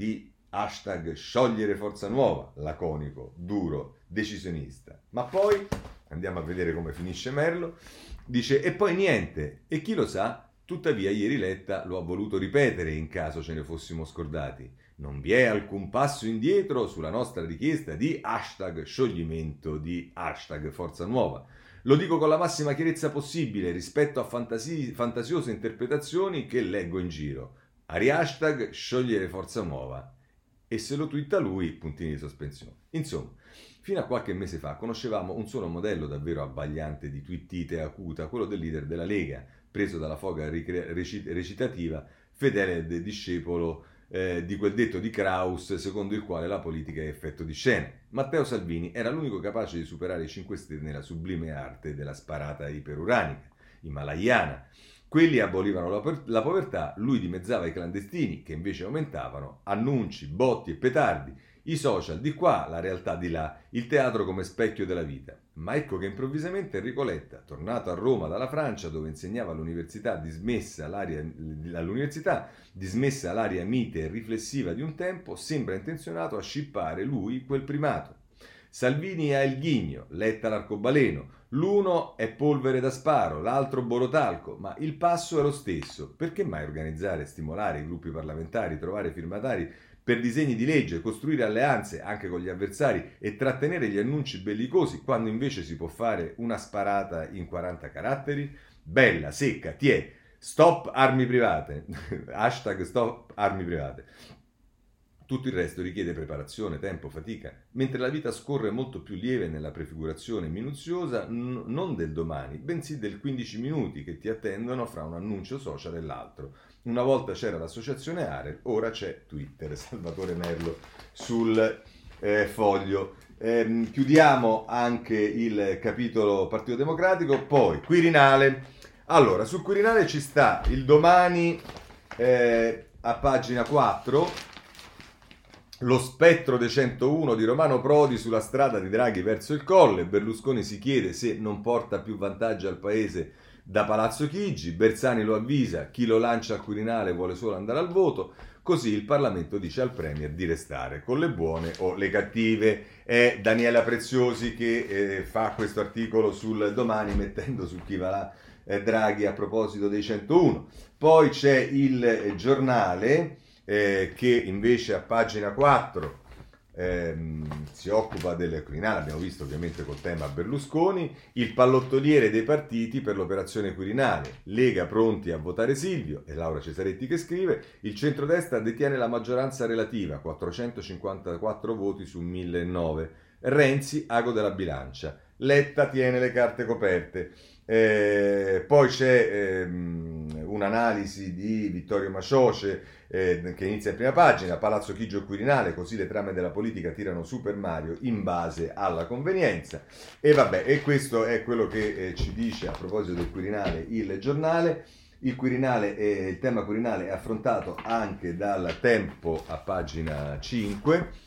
hashtag sciogliere Forza Nuova, laconico, duro, decisionista. Ma poi, andiamo a vedere come finisce Merlo, dice e poi niente, e chi lo sa, tuttavia ieri Letta lo ha voluto ripetere in caso ce ne fossimo scordati. Non vi è alcun passo indietro sulla nostra richiesta di hashtag scioglimento di hashtag Forza Nuova. Lo dico con la massima chiarezza possibile rispetto a fantasi- fantasiose interpretazioni che leggo in giro. Ari hashtag sciogliere Forza Nuova. E se lo twitta lui, puntini di sospensione. Insomma, fino a qualche mese fa conoscevamo un solo modello davvero abbagliante di twittite acuta, quello del leader della Lega, preso dalla foga ricre- recit- recitativa, fedele del discepolo eh, di quel detto di Krauss secondo il quale la politica è effetto di scena. Matteo Salvini era l'unico capace di superare i cinque Stelle nella sublime arte della sparata iperuranica, himalayana. Quelli abolivano la, per- la povertà, lui dimezzava i clandestini che invece aumentavano, annunci, botti e petardi, i social di qua, la realtà di là, il teatro come specchio della vita. Ma ecco che improvvisamente Enrico Letta, tornato a Roma dalla Francia dove insegnava all'università dismessa l'aria, all'università, dismessa l'aria mite e riflessiva di un tempo, sembra intenzionato a scippare lui quel primato. Salvini ha il ghigno, Letta l'arcobaleno, l'uno è polvere da sparo, l'altro borotalco, ma il passo è lo stesso. Perché mai organizzare, stimolare i gruppi parlamentari, trovare firmatari per disegni di legge, costruire alleanze anche con gli avversari e trattenere gli annunci bellicosi quando invece si può fare una sparata in quaranta caratteri? Bella, secca, tiè, stop armi private, hashtag stop armi private. Tutto il resto richiede preparazione, tempo, fatica, mentre la vita scorre molto più lieve nella prefigurazione minuziosa n- non del domani, bensì del quindici minuti che ti attendono fra un annuncio social e l'altro. Una volta c'era l'associazione Arel, ora c'è Twitter. Salvatore Merlo sul eh, Foglio. Ehm, chiudiamo anche il capitolo Partito Democratico, poi Quirinale. Allora, sul Quirinale ci sta il Domani eh, a pagina quattro. Lo spettro dei centouno di Romano Prodi sulla strada di Draghi verso il Colle. Berlusconi si chiede se non porta più vantaggio al paese da Palazzo Chigi. Bersani lo avvisa, chi lo lancia al Quirinale vuole solo andare al voto. Così il Parlamento dice al Premier di restare con le buone o le cattive. È Daniela Preziosi che eh, fa questo articolo sul Domani mettendo su chi va là eh, Draghi a proposito dei centouno. Poi c'è il eh, Giornale Eh, che invece a pagina quattro ehm, si occupa del Quirinale, abbiamo visto ovviamente col tema Berlusconi, il pallottoliere dei partiti per l'operazione Quirinale, Lega pronti a votare Silvio, è Laura Cesaretti che scrive, il centrodestra detiene la maggioranza relativa, quattrocentocinquantaquattro voti su millenove, Renzi ago della bilancia, Letta tiene le carte coperte. Eh, poi c'è ehm, un'analisi di Vittorio Macioce eh, che inizia in prima pagina, Palazzo Chigi Quirinale, così le trame della politica tirano Super Mario in base alla convenienza. E vabbè, e questo è quello che eh, ci dice a proposito del Quirinale il giornale. Il Quirinale, eh, il tema Quirinale è affrontato anche dal Tempo a pagina cinque.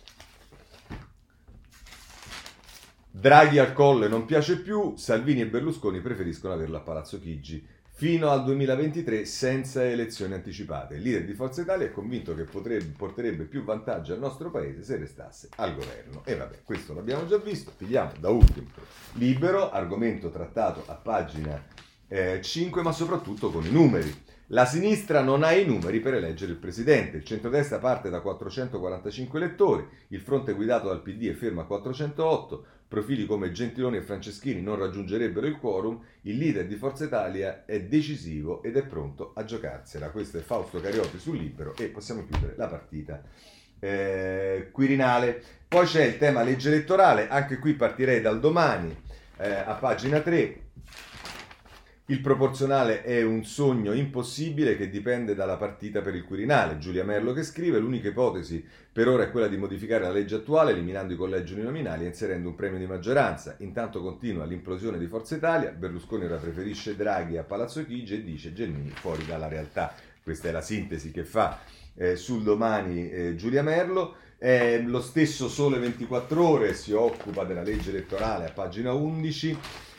Draghi al Colle non piace più, Salvini e Berlusconi preferiscono averlo a Palazzo Chigi fino al duemilaventitré senza elezioni anticipate. Il leader di Forza Italia è convinto che potrebbe, porterebbe più vantaggio al nostro paese se restasse al governo. E vabbè, questo l'abbiamo già visto, pigliamo da ultimo Libero, argomento trattato a pagina eh, cinque, ma soprattutto con i numeri. La sinistra non ha i numeri per eleggere il presidente, il centrodestra parte da quattrocentoquarantacinque elettori, il fronte guidato dal P D è fermo a quattrocentootto, profili come Gentiloni e Franceschini non raggiungerebbero il quorum, il leader di Forza Italia è decisivo ed è pronto a giocarsela. Questo è Fausto Carioti sul Libero e possiamo chiudere la partita eh, Quirinale. Poi c'è il tema legge elettorale, anche qui partirei dal Domani eh, a pagina tre. Il proporzionale è un sogno impossibile che dipende dalla partita per il Quirinale. Giulia Merlo che scrive, l'unica ipotesi per ora è quella di modificare la legge attuale eliminando i collegi uninominali e inserendo un premio di maggioranza. Intanto continua l'implosione di Forza Italia, Berlusconi ora preferisce Draghi a Palazzo Chigi e dice Gelmini fuori dalla realtà. Questa è la sintesi che fa eh, sul Domani eh, Giulia Merlo. Eh, lo stesso Sole ventiquattro Ore si occupa della legge elettorale a pagina undici.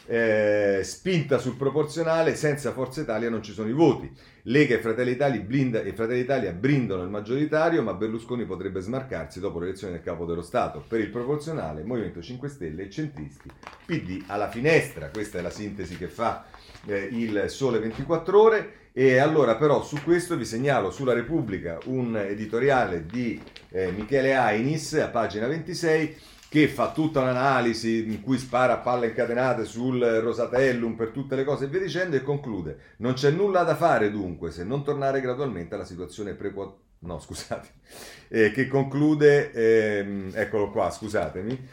eh, spinta sul proporzionale, senza Forza Italia non ci sono i voti. Lega e Fratelli Italia, blinda, e Fratelli Italia brindano il maggioritario, ma Berlusconi potrebbe smarcarsi dopo l'elezione del capo dello Stato. Per il proporzionale, Movimento cinque Stelle e centristi, P D alla finestra. Questa è la sintesi che fa eh, il Sole ventiquattro Ore. E allora però su questo vi segnalo sulla Repubblica un editoriale di eh, Michele Ainis a pagina ventisei, che fa tutta un'analisi in cui spara a palle incatenate sul Rosatellum per tutte le cose e via dicendo, e conclude: non c'è nulla da fare dunque se non tornare gradualmente alla situazione pre no scusate eh, che conclude ehm, eccolo qua scusatemi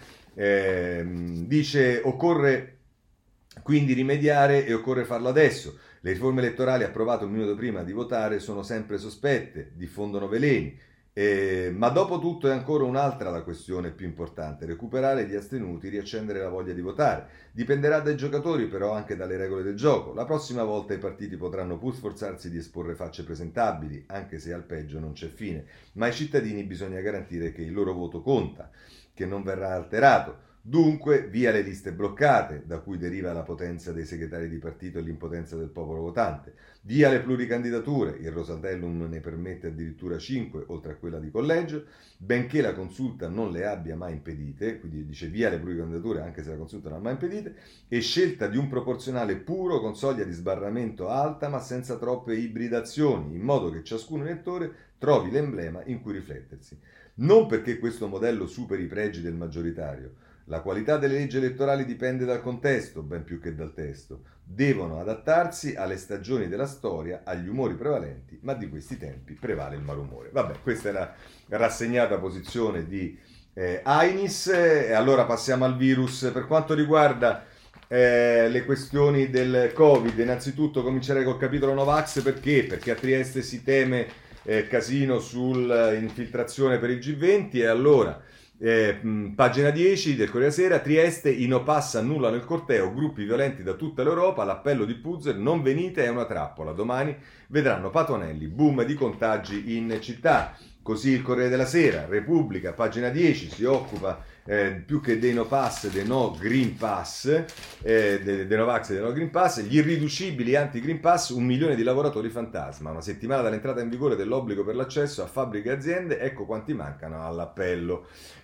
ehm, dice: occorre quindi rimediare e occorre farlo adesso. Le riforme elettorali approvate un minuto prima di votare sono sempre sospette, diffondono veleni. Eh, ma dopo tutto è ancora un'altra la questione più importante: recuperare gli astenuti, riaccendere la voglia di votare. Dipenderà dai giocatori, però anche dalle regole del gioco. La prossima volta i partiti potranno pur sforzarsi di esporre facce presentabili, anche se al peggio non c'è fine, ma ai cittadini bisogna garantire che il loro voto conta, che non verrà alterato. Dunque, via le liste bloccate, da cui deriva la potenza dei segretari di partito e l'impotenza del popolo votante. Via le pluricandidature, il Rosatellum ne permette addirittura cinque, oltre a quella di collegio, benché la consulta non le abbia mai impedite, quindi dice via le pluricandidature anche se la consulta non ha mai impedite, e scelta di un proporzionale puro con soglia di sbarramento alta ma senza troppe ibridazioni, in modo che ciascun elettore trovi l'emblema in cui riflettersi. Non perché questo modello superi i pregi del maggioritario. La qualità delle leggi elettorali dipende dal contesto, ben più che dal testo. Devono adattarsi alle stagioni della storia, agli umori prevalenti, ma di questi tempi prevale il malumore. Vabbè, questa è la rassegnata posizione di eh, Ainis. E allora passiamo al virus. Per quanto riguarda eh, le questioni del Covid, innanzitutto comincerei col capitolo Novax. Perché? Perché a Trieste si teme eh, casino sull'infiltrazione per il G venti, e allora... Eh, mh, pagina dieci del Corriere della Sera: Trieste, i no pass annullano il corteo, gruppi violenti da tutta l'Europa, l'appello di Puzzer, non venite, è una trappola, domani vedranno Patuanelli, boom di contagi in città. Così il Corriere della Sera. Repubblica, pagina dieci, si occupa eh, più che dei no pass, dei no green pass, eh, dei, dei Novax e dei no green pass, gli irriducibili anti-green pass, un milione di lavoratori fantasma, una settimana dall'entrata in vigore dell'obbligo per l'accesso a fabbriche e aziende, ecco quanti mancano all'appello.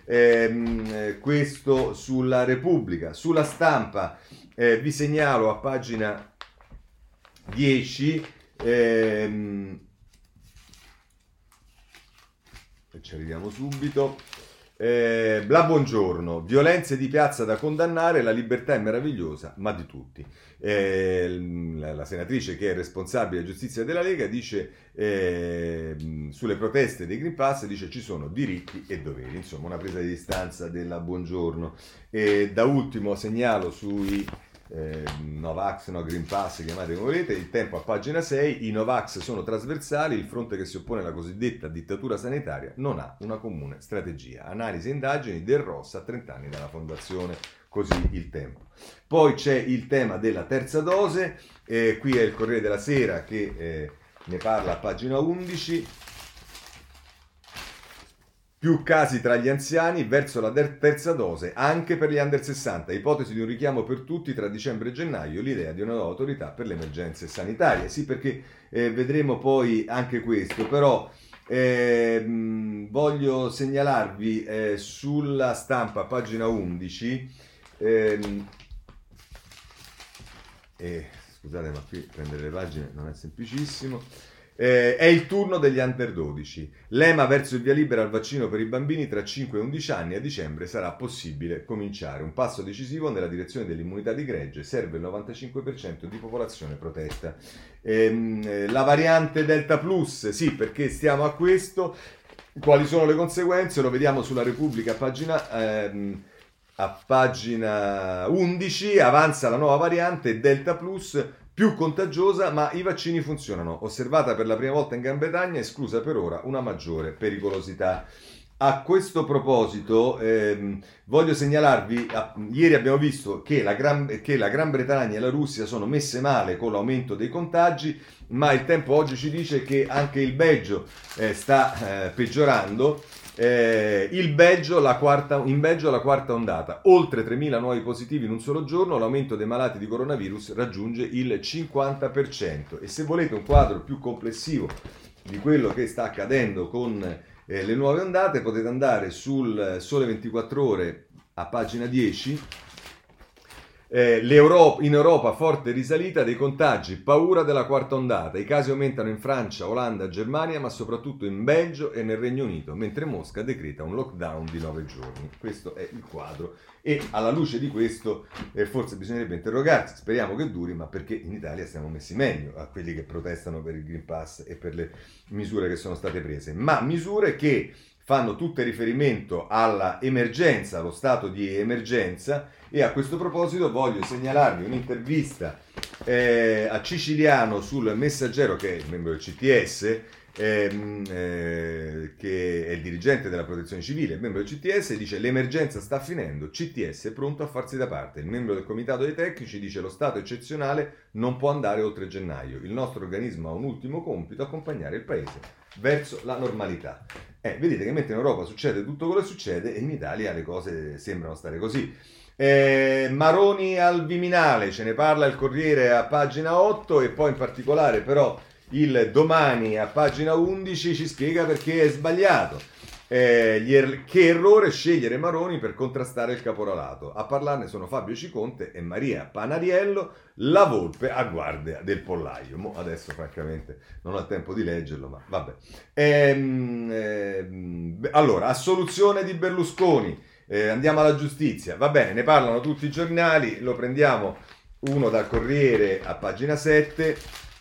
Eh, questo sulla Repubblica. Sulla Stampa eh, vi segnalo a pagina dieci ehm, ci arriviamo subito. Eh, Bla Buongiorno: violenze di piazza da condannare, la libertà è meravigliosa, ma di tutti. Eh, la, la senatrice che è responsabile giustizia della Lega dice eh, sulle proteste dei Green Pass, dice ci sono diritti e doveri, insomma una presa di distanza della Buongiorno. E da ultimo segnalo sui Eh, Novax, no Green Pass, chiamate come volete, il Tempo a pagina sei: i Novax sono trasversali, il fronte che si oppone alla cosiddetta dittatura sanitaria non ha una comune strategia. Analisi e indagini del Ross a trenta anni dalla fondazione, così il Tempo. Poi c'è il tema della terza dose, eh, qui è il Corriere della Sera che eh, ne parla a pagina undici. Più casi tra gli anziani, verso la terza dose anche per gli under sessanta, ipotesi di un richiamo per tutti tra dicembre e gennaio, l'idea di una nuova autorità per le emergenze sanitarie. Sì, perché eh, vedremo poi anche questo, però eh, mh, voglio segnalarvi eh, sulla Stampa, pagina undici, ehm, eh, scusate ma qui prendere le pagine non è semplicissimo. Eh, è il turno degli under dodici. L'E M A verso il via libera al vaccino per i bambini tra cinque e undici anni. A dicembre sarà possibile cominciare. Un passo decisivo nella direzione dell'immunità di gregge. Serve il novantacinque per cento di popolazione protetta. Eh, la variante Delta Plus, sì, perché stiamo a questo. Quali sono le conseguenze? Lo vediamo sulla Repubblica, pagina... Ehm, a pagina undici. Avanza la nuova variante Delta Plus, più contagiosa, ma i vaccini funzionano. Osservata per la prima volta in Gran Bretagna, esclusa per ora una maggiore pericolosità. A questo proposito, ehm, voglio segnalarvi, a- ieri abbiamo visto che la, Gran, che la Gran Bretagna e la Russia sono messe male con l'aumento dei contagi, ma il tempo oggi ci dice che anche il Belgio eh, sta eh, peggiorando. Eh, il Belgio, la quarta, in Belgio la quarta ondata, oltre tremila nuovi positivi in un solo giorno, l'aumento dei malati di coronavirus raggiunge il cinquanta per cento. E se volete un quadro più complessivo di quello che sta accadendo con eh, le nuove ondate, potete andare sul Sole ventiquattro Ore a pagina dieci. Eh, l'Europa, in Europa forte risalita dei contagi, paura della quarta ondata. I casi aumentano in Francia, Olanda, Germania, ma soprattutto in Belgio e nel Regno Unito, mentre Mosca decreta un lockdown di nove giorni. Questo è il quadro e alla luce di questo eh, forse bisognerebbe interrogarsi, speriamo che duri, ma perché in Italia siamo messi meglio a quelli che protestano per il Green Pass e per le misure che sono state prese, ma misure che fanno tutte riferimento alla emergenza, allo stato di emergenza. E a questo proposito voglio segnalarvi un'intervista eh, a Ciciliano sul Messaggero, che è il membro del C T S, ehm, eh, che è il dirigente della protezione civile, il membro del C T S, dice: l'emergenza sta finendo, C T S è pronto a farsi da parte. Il membro del comitato dei tecnici dice: lo stato eccezionale non può andare oltre gennaio, il nostro organismo ha un ultimo compito, accompagnare il paese verso la normalità. Eh, vedete che mentre in Europa succede tutto quello che succede, e in Italia le cose sembrano stare così. Eh, Maroni al Viminale, ce ne parla il Corriere a pagina otto, e poi in particolare però il Domani a pagina undici ci spiega perché è sbagliato. Eh, gli er- che errore scegliere Maroni per contrastare il caporalato. A parlarne sono Fabio Ciconte e Maria Panariello, la volpe a guardia del pollaio. Mo adesso francamente non ho il tempo di leggerlo, ma vabbè. Ehm, ehm, allora, assoluzione di Berlusconi. Eh, andiamo alla giustizia, va bene, ne parlano tutti i giornali, lo prendiamo uno dal Corriere a pagina sette.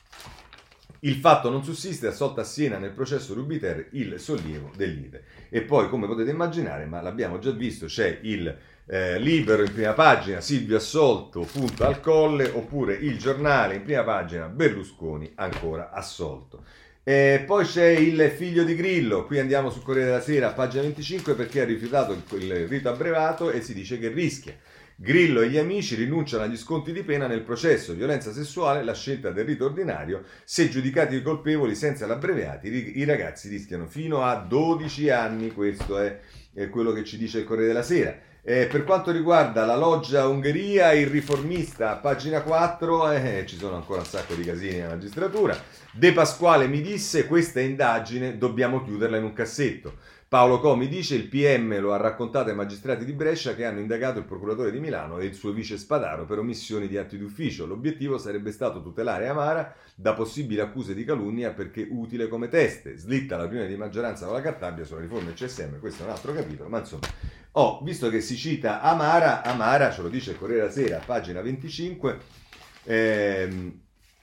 Il fatto non sussiste, assolta a Siena nel processo Rubiter, il sollievo dell'I V E. E poi, come potete immaginare, ma l'abbiamo già visto, c'è il eh, Libero in prima pagina, Silvio assolto, punta al colle, oppure il Giornale in prima pagina, Berlusconi ancora assolto. E poi c'è il figlio di Grillo, qui andiamo sul Corriere della Sera, pagina venticinque, perché ha rifiutato il, il rito abbreviato e si dice che rischia. Grillo e gli amici rinunciano agli sconti di pena nel processo, violenza sessuale, la scelta del rito ordinario, se giudicati colpevoli senza l'abbreviati, i ragazzi rischiano fino a dodici anni, questo è, è quello che ci dice il Corriere della Sera. Eh, per quanto riguarda la loggia Ungheria, il riformista, pagina quattro, eh, ci sono ancora un sacco di casini nella magistratura. De Pasquale mi disse: questa indagine dobbiamo chiuderla in un cassetto. Paolo Comi dice: il P M lo ha raccontato ai magistrati di Brescia che hanno indagato il procuratore di Milano e il suo vice Spadaro per omissioni di atti d'ufficio. L'obiettivo sarebbe stato tutelare Amara da possibili accuse di calunnia perché utile come teste. Slitta la riunione di maggioranza con la Cartabia sulla riforma del C S M, questo è un altro capitolo, ma insomma. Oh, visto che si cita Amara, Amara, ce lo dice il Corriere della Sera, pagina venticinque, ehm,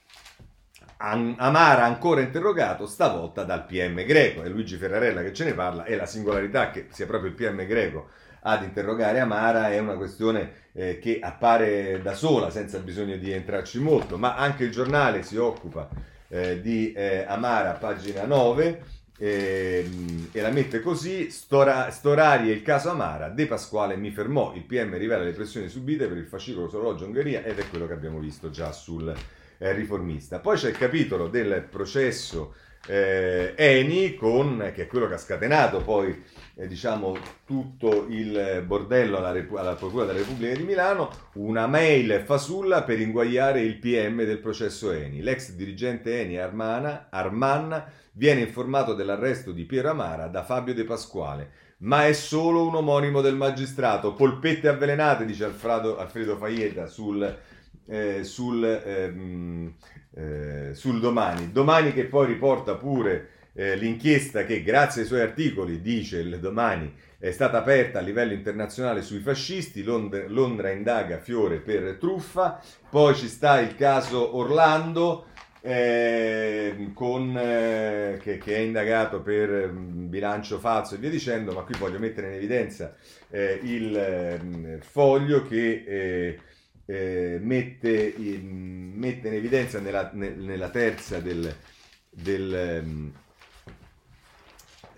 Amara ancora interrogato, stavolta dal P M greco. È Luigi Ferrarella che ce ne parla, e la singolarità che sia proprio il P M greco ad interrogare Amara è una questione eh, che appare da sola, senza bisogno di entrarci molto, ma anche il Giornale si occupa eh, di eh, Amara, pagina nove, eh, e la mette così: Stora, Storari e il caso Amara, De Pasquale mi fermò, il P M rivela le pressioni subite per il fascicolo sull'orologio Ungheria, ed è quello che abbiamo visto già sul eh, riformista. Poi c'è il capitolo del processo eh, Eni, con, che è quello che ha scatenato poi eh, diciamo tutto il bordello alla, Repu- alla Procura della Repubblica di Milano, una mail fasulla per inguagliare il P M del processo Eni. L'ex dirigente Eni Armana, Armanna viene informato dell'arresto di Piero Amara da Fabio De Pasquale, ma è solo un omonimo del magistrato. Polpette avvelenate, dice Alfredo, Alfredo Faieta sul, eh, sul, ehm, eh, sul Domani. Domani che poi riporta pure eh, l'inchiesta che, grazie ai suoi articoli, dice il Domani, è stata aperta a livello internazionale sui fascisti. Londra, Londra indaga Fiore per truffa. Poi ci sta il caso Orlando, Eh, con, eh, che, che è indagato per eh, bilancio falso e via dicendo, ma qui voglio mettere in evidenza eh, il eh, foglio che eh, eh, mette, in, mette in evidenza nella, ne, nella terza del, del,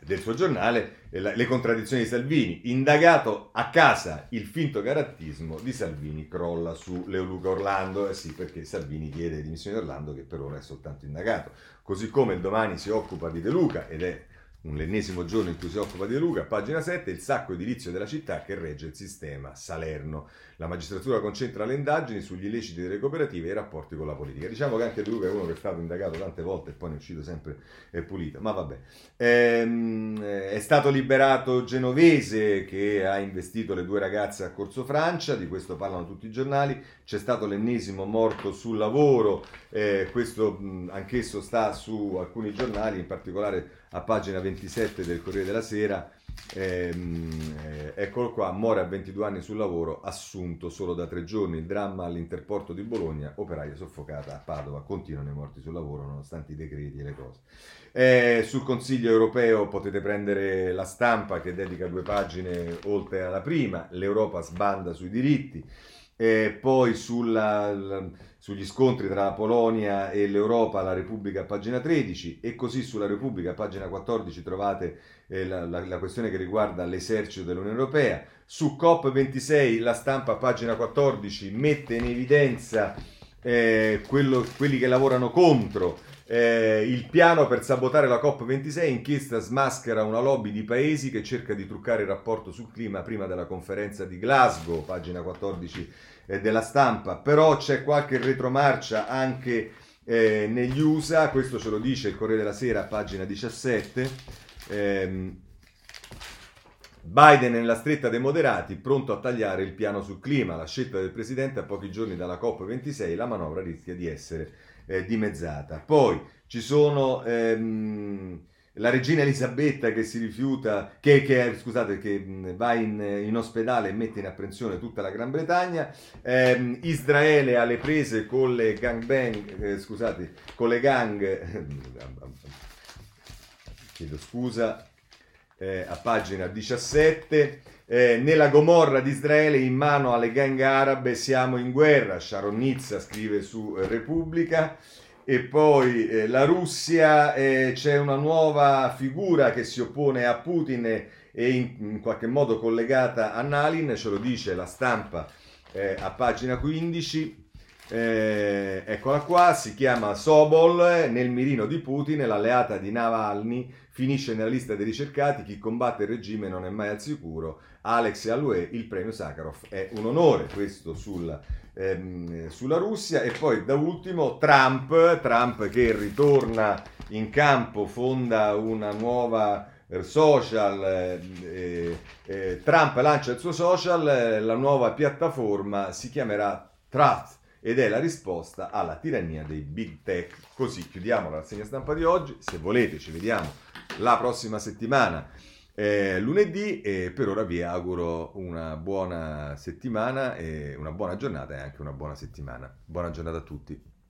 del suo giornale, le contraddizioni di Salvini. Indagato a casa, il finto garantismo di Salvini crolla su Leoluca Orlando. Eh sì, perché Salvini chiede le dimissioni di Orlando, che per ora è soltanto indagato. Così come il Domani si occupa di De Luca, ed è un l'ennesimo giorno in cui si occupa di De Luca, pagina sette, il sacco edilizio della città che regge il sistema Salerno. La magistratura concentra le indagini sugli illeciti delle cooperative e i rapporti con la politica. Diciamo che anche De Luca è uno che è stato indagato tante volte e poi ne è uscito sempre è pulito, ma vabbè. Ehm, è stato liberato Genovese, che ha investito le due ragazze a Corso Francia, di questo parlano tutti i giornali. C'è stato l'ennesimo morto sul lavoro, eh, questo mh, anch'esso sta su alcuni giornali, in particolare a pagina ventisette del Corriere della Sera. Ehm, eh, eccolo qua, muore a ventidue anni sul lavoro, assunto solo da tre giorni. Il dramma all'interporto di Bologna, operaia soffocata a Padova. Continuano i morti sul lavoro nonostante i decreti e le cose. Eh, sul Consiglio europeo potete prendere La Stampa, che dedica due pagine oltre alla prima. L'Europa sbanda sui diritti. E poi sulla, la, sugli scontri tra la Polonia e l'Europa, la Repubblica, pagina tredici, e così sulla Repubblica, pagina quattordici, trovate eh, la, la, la questione che riguarda l'esercito dell'Unione Europea. Su COP ventisei, La Stampa, pagina quattordici, mette in evidenza eh, quello, quelli che lavorano contro. Eh, il piano per sabotare la COP ventisei, inchiesta smaschera una lobby di paesi che cerca di truccare il rapporto sul clima prima della conferenza di Glasgow, pagina quattordici eh, della Stampa. Però c'è qualche retromarcia anche eh, negli U S A, questo ce lo dice il Corriere della Sera, pagina diciassette. ehm, Biden nella stretta dei moderati, pronto a tagliare il piano sul clima. La scelta del presidente a pochi giorni dalla COP ventisei, la manovra rischia di essere eh, dimezzata. Poi ci sono ehm, la regina Elisabetta che si rifiuta, che, che, scusate, che mh, va in, in ospedale e mette in apprensione tutta la Gran Bretagna. ehm, Israele alle prese con le gangbang, eh, scusate, con le gang, chiedo scusa, Eh, a pagina diciassette, eh, nella Gomorra di Israele in mano alle gang arabe, siamo in guerra, Sharon Nizza scrive su eh, Repubblica. E poi eh, la Russia, eh, c'è una nuova figura che si oppone a Putin e, e in, in qualche modo collegata a Nalin, ce lo dice La Stampa eh, a pagina quindici. Eh, eccola qua, si chiama Sobol, nel mirino di Putin, l'alleata di Navalny, finisce nella lista dei ricercati, chi combatte il regime non è mai al sicuro, Alex Alue, il premio Sakharov è un onore. Questo sulla, ehm, sulla Russia. E poi da ultimo Trump, Trump che ritorna in campo, fonda una nuova social, eh, eh, Trump lancia il suo social, eh, la nuova piattaforma si chiamerà Truth, ed è la risposta alla tirannia dei big tech. Così chiudiamo la rassegna stampa di oggi. Se volete ci vediamo la prossima settimana, eh, lunedì, e per ora vi auguro una buona settimana, e una buona giornata e anche una buona settimana. Buona giornata a tutti.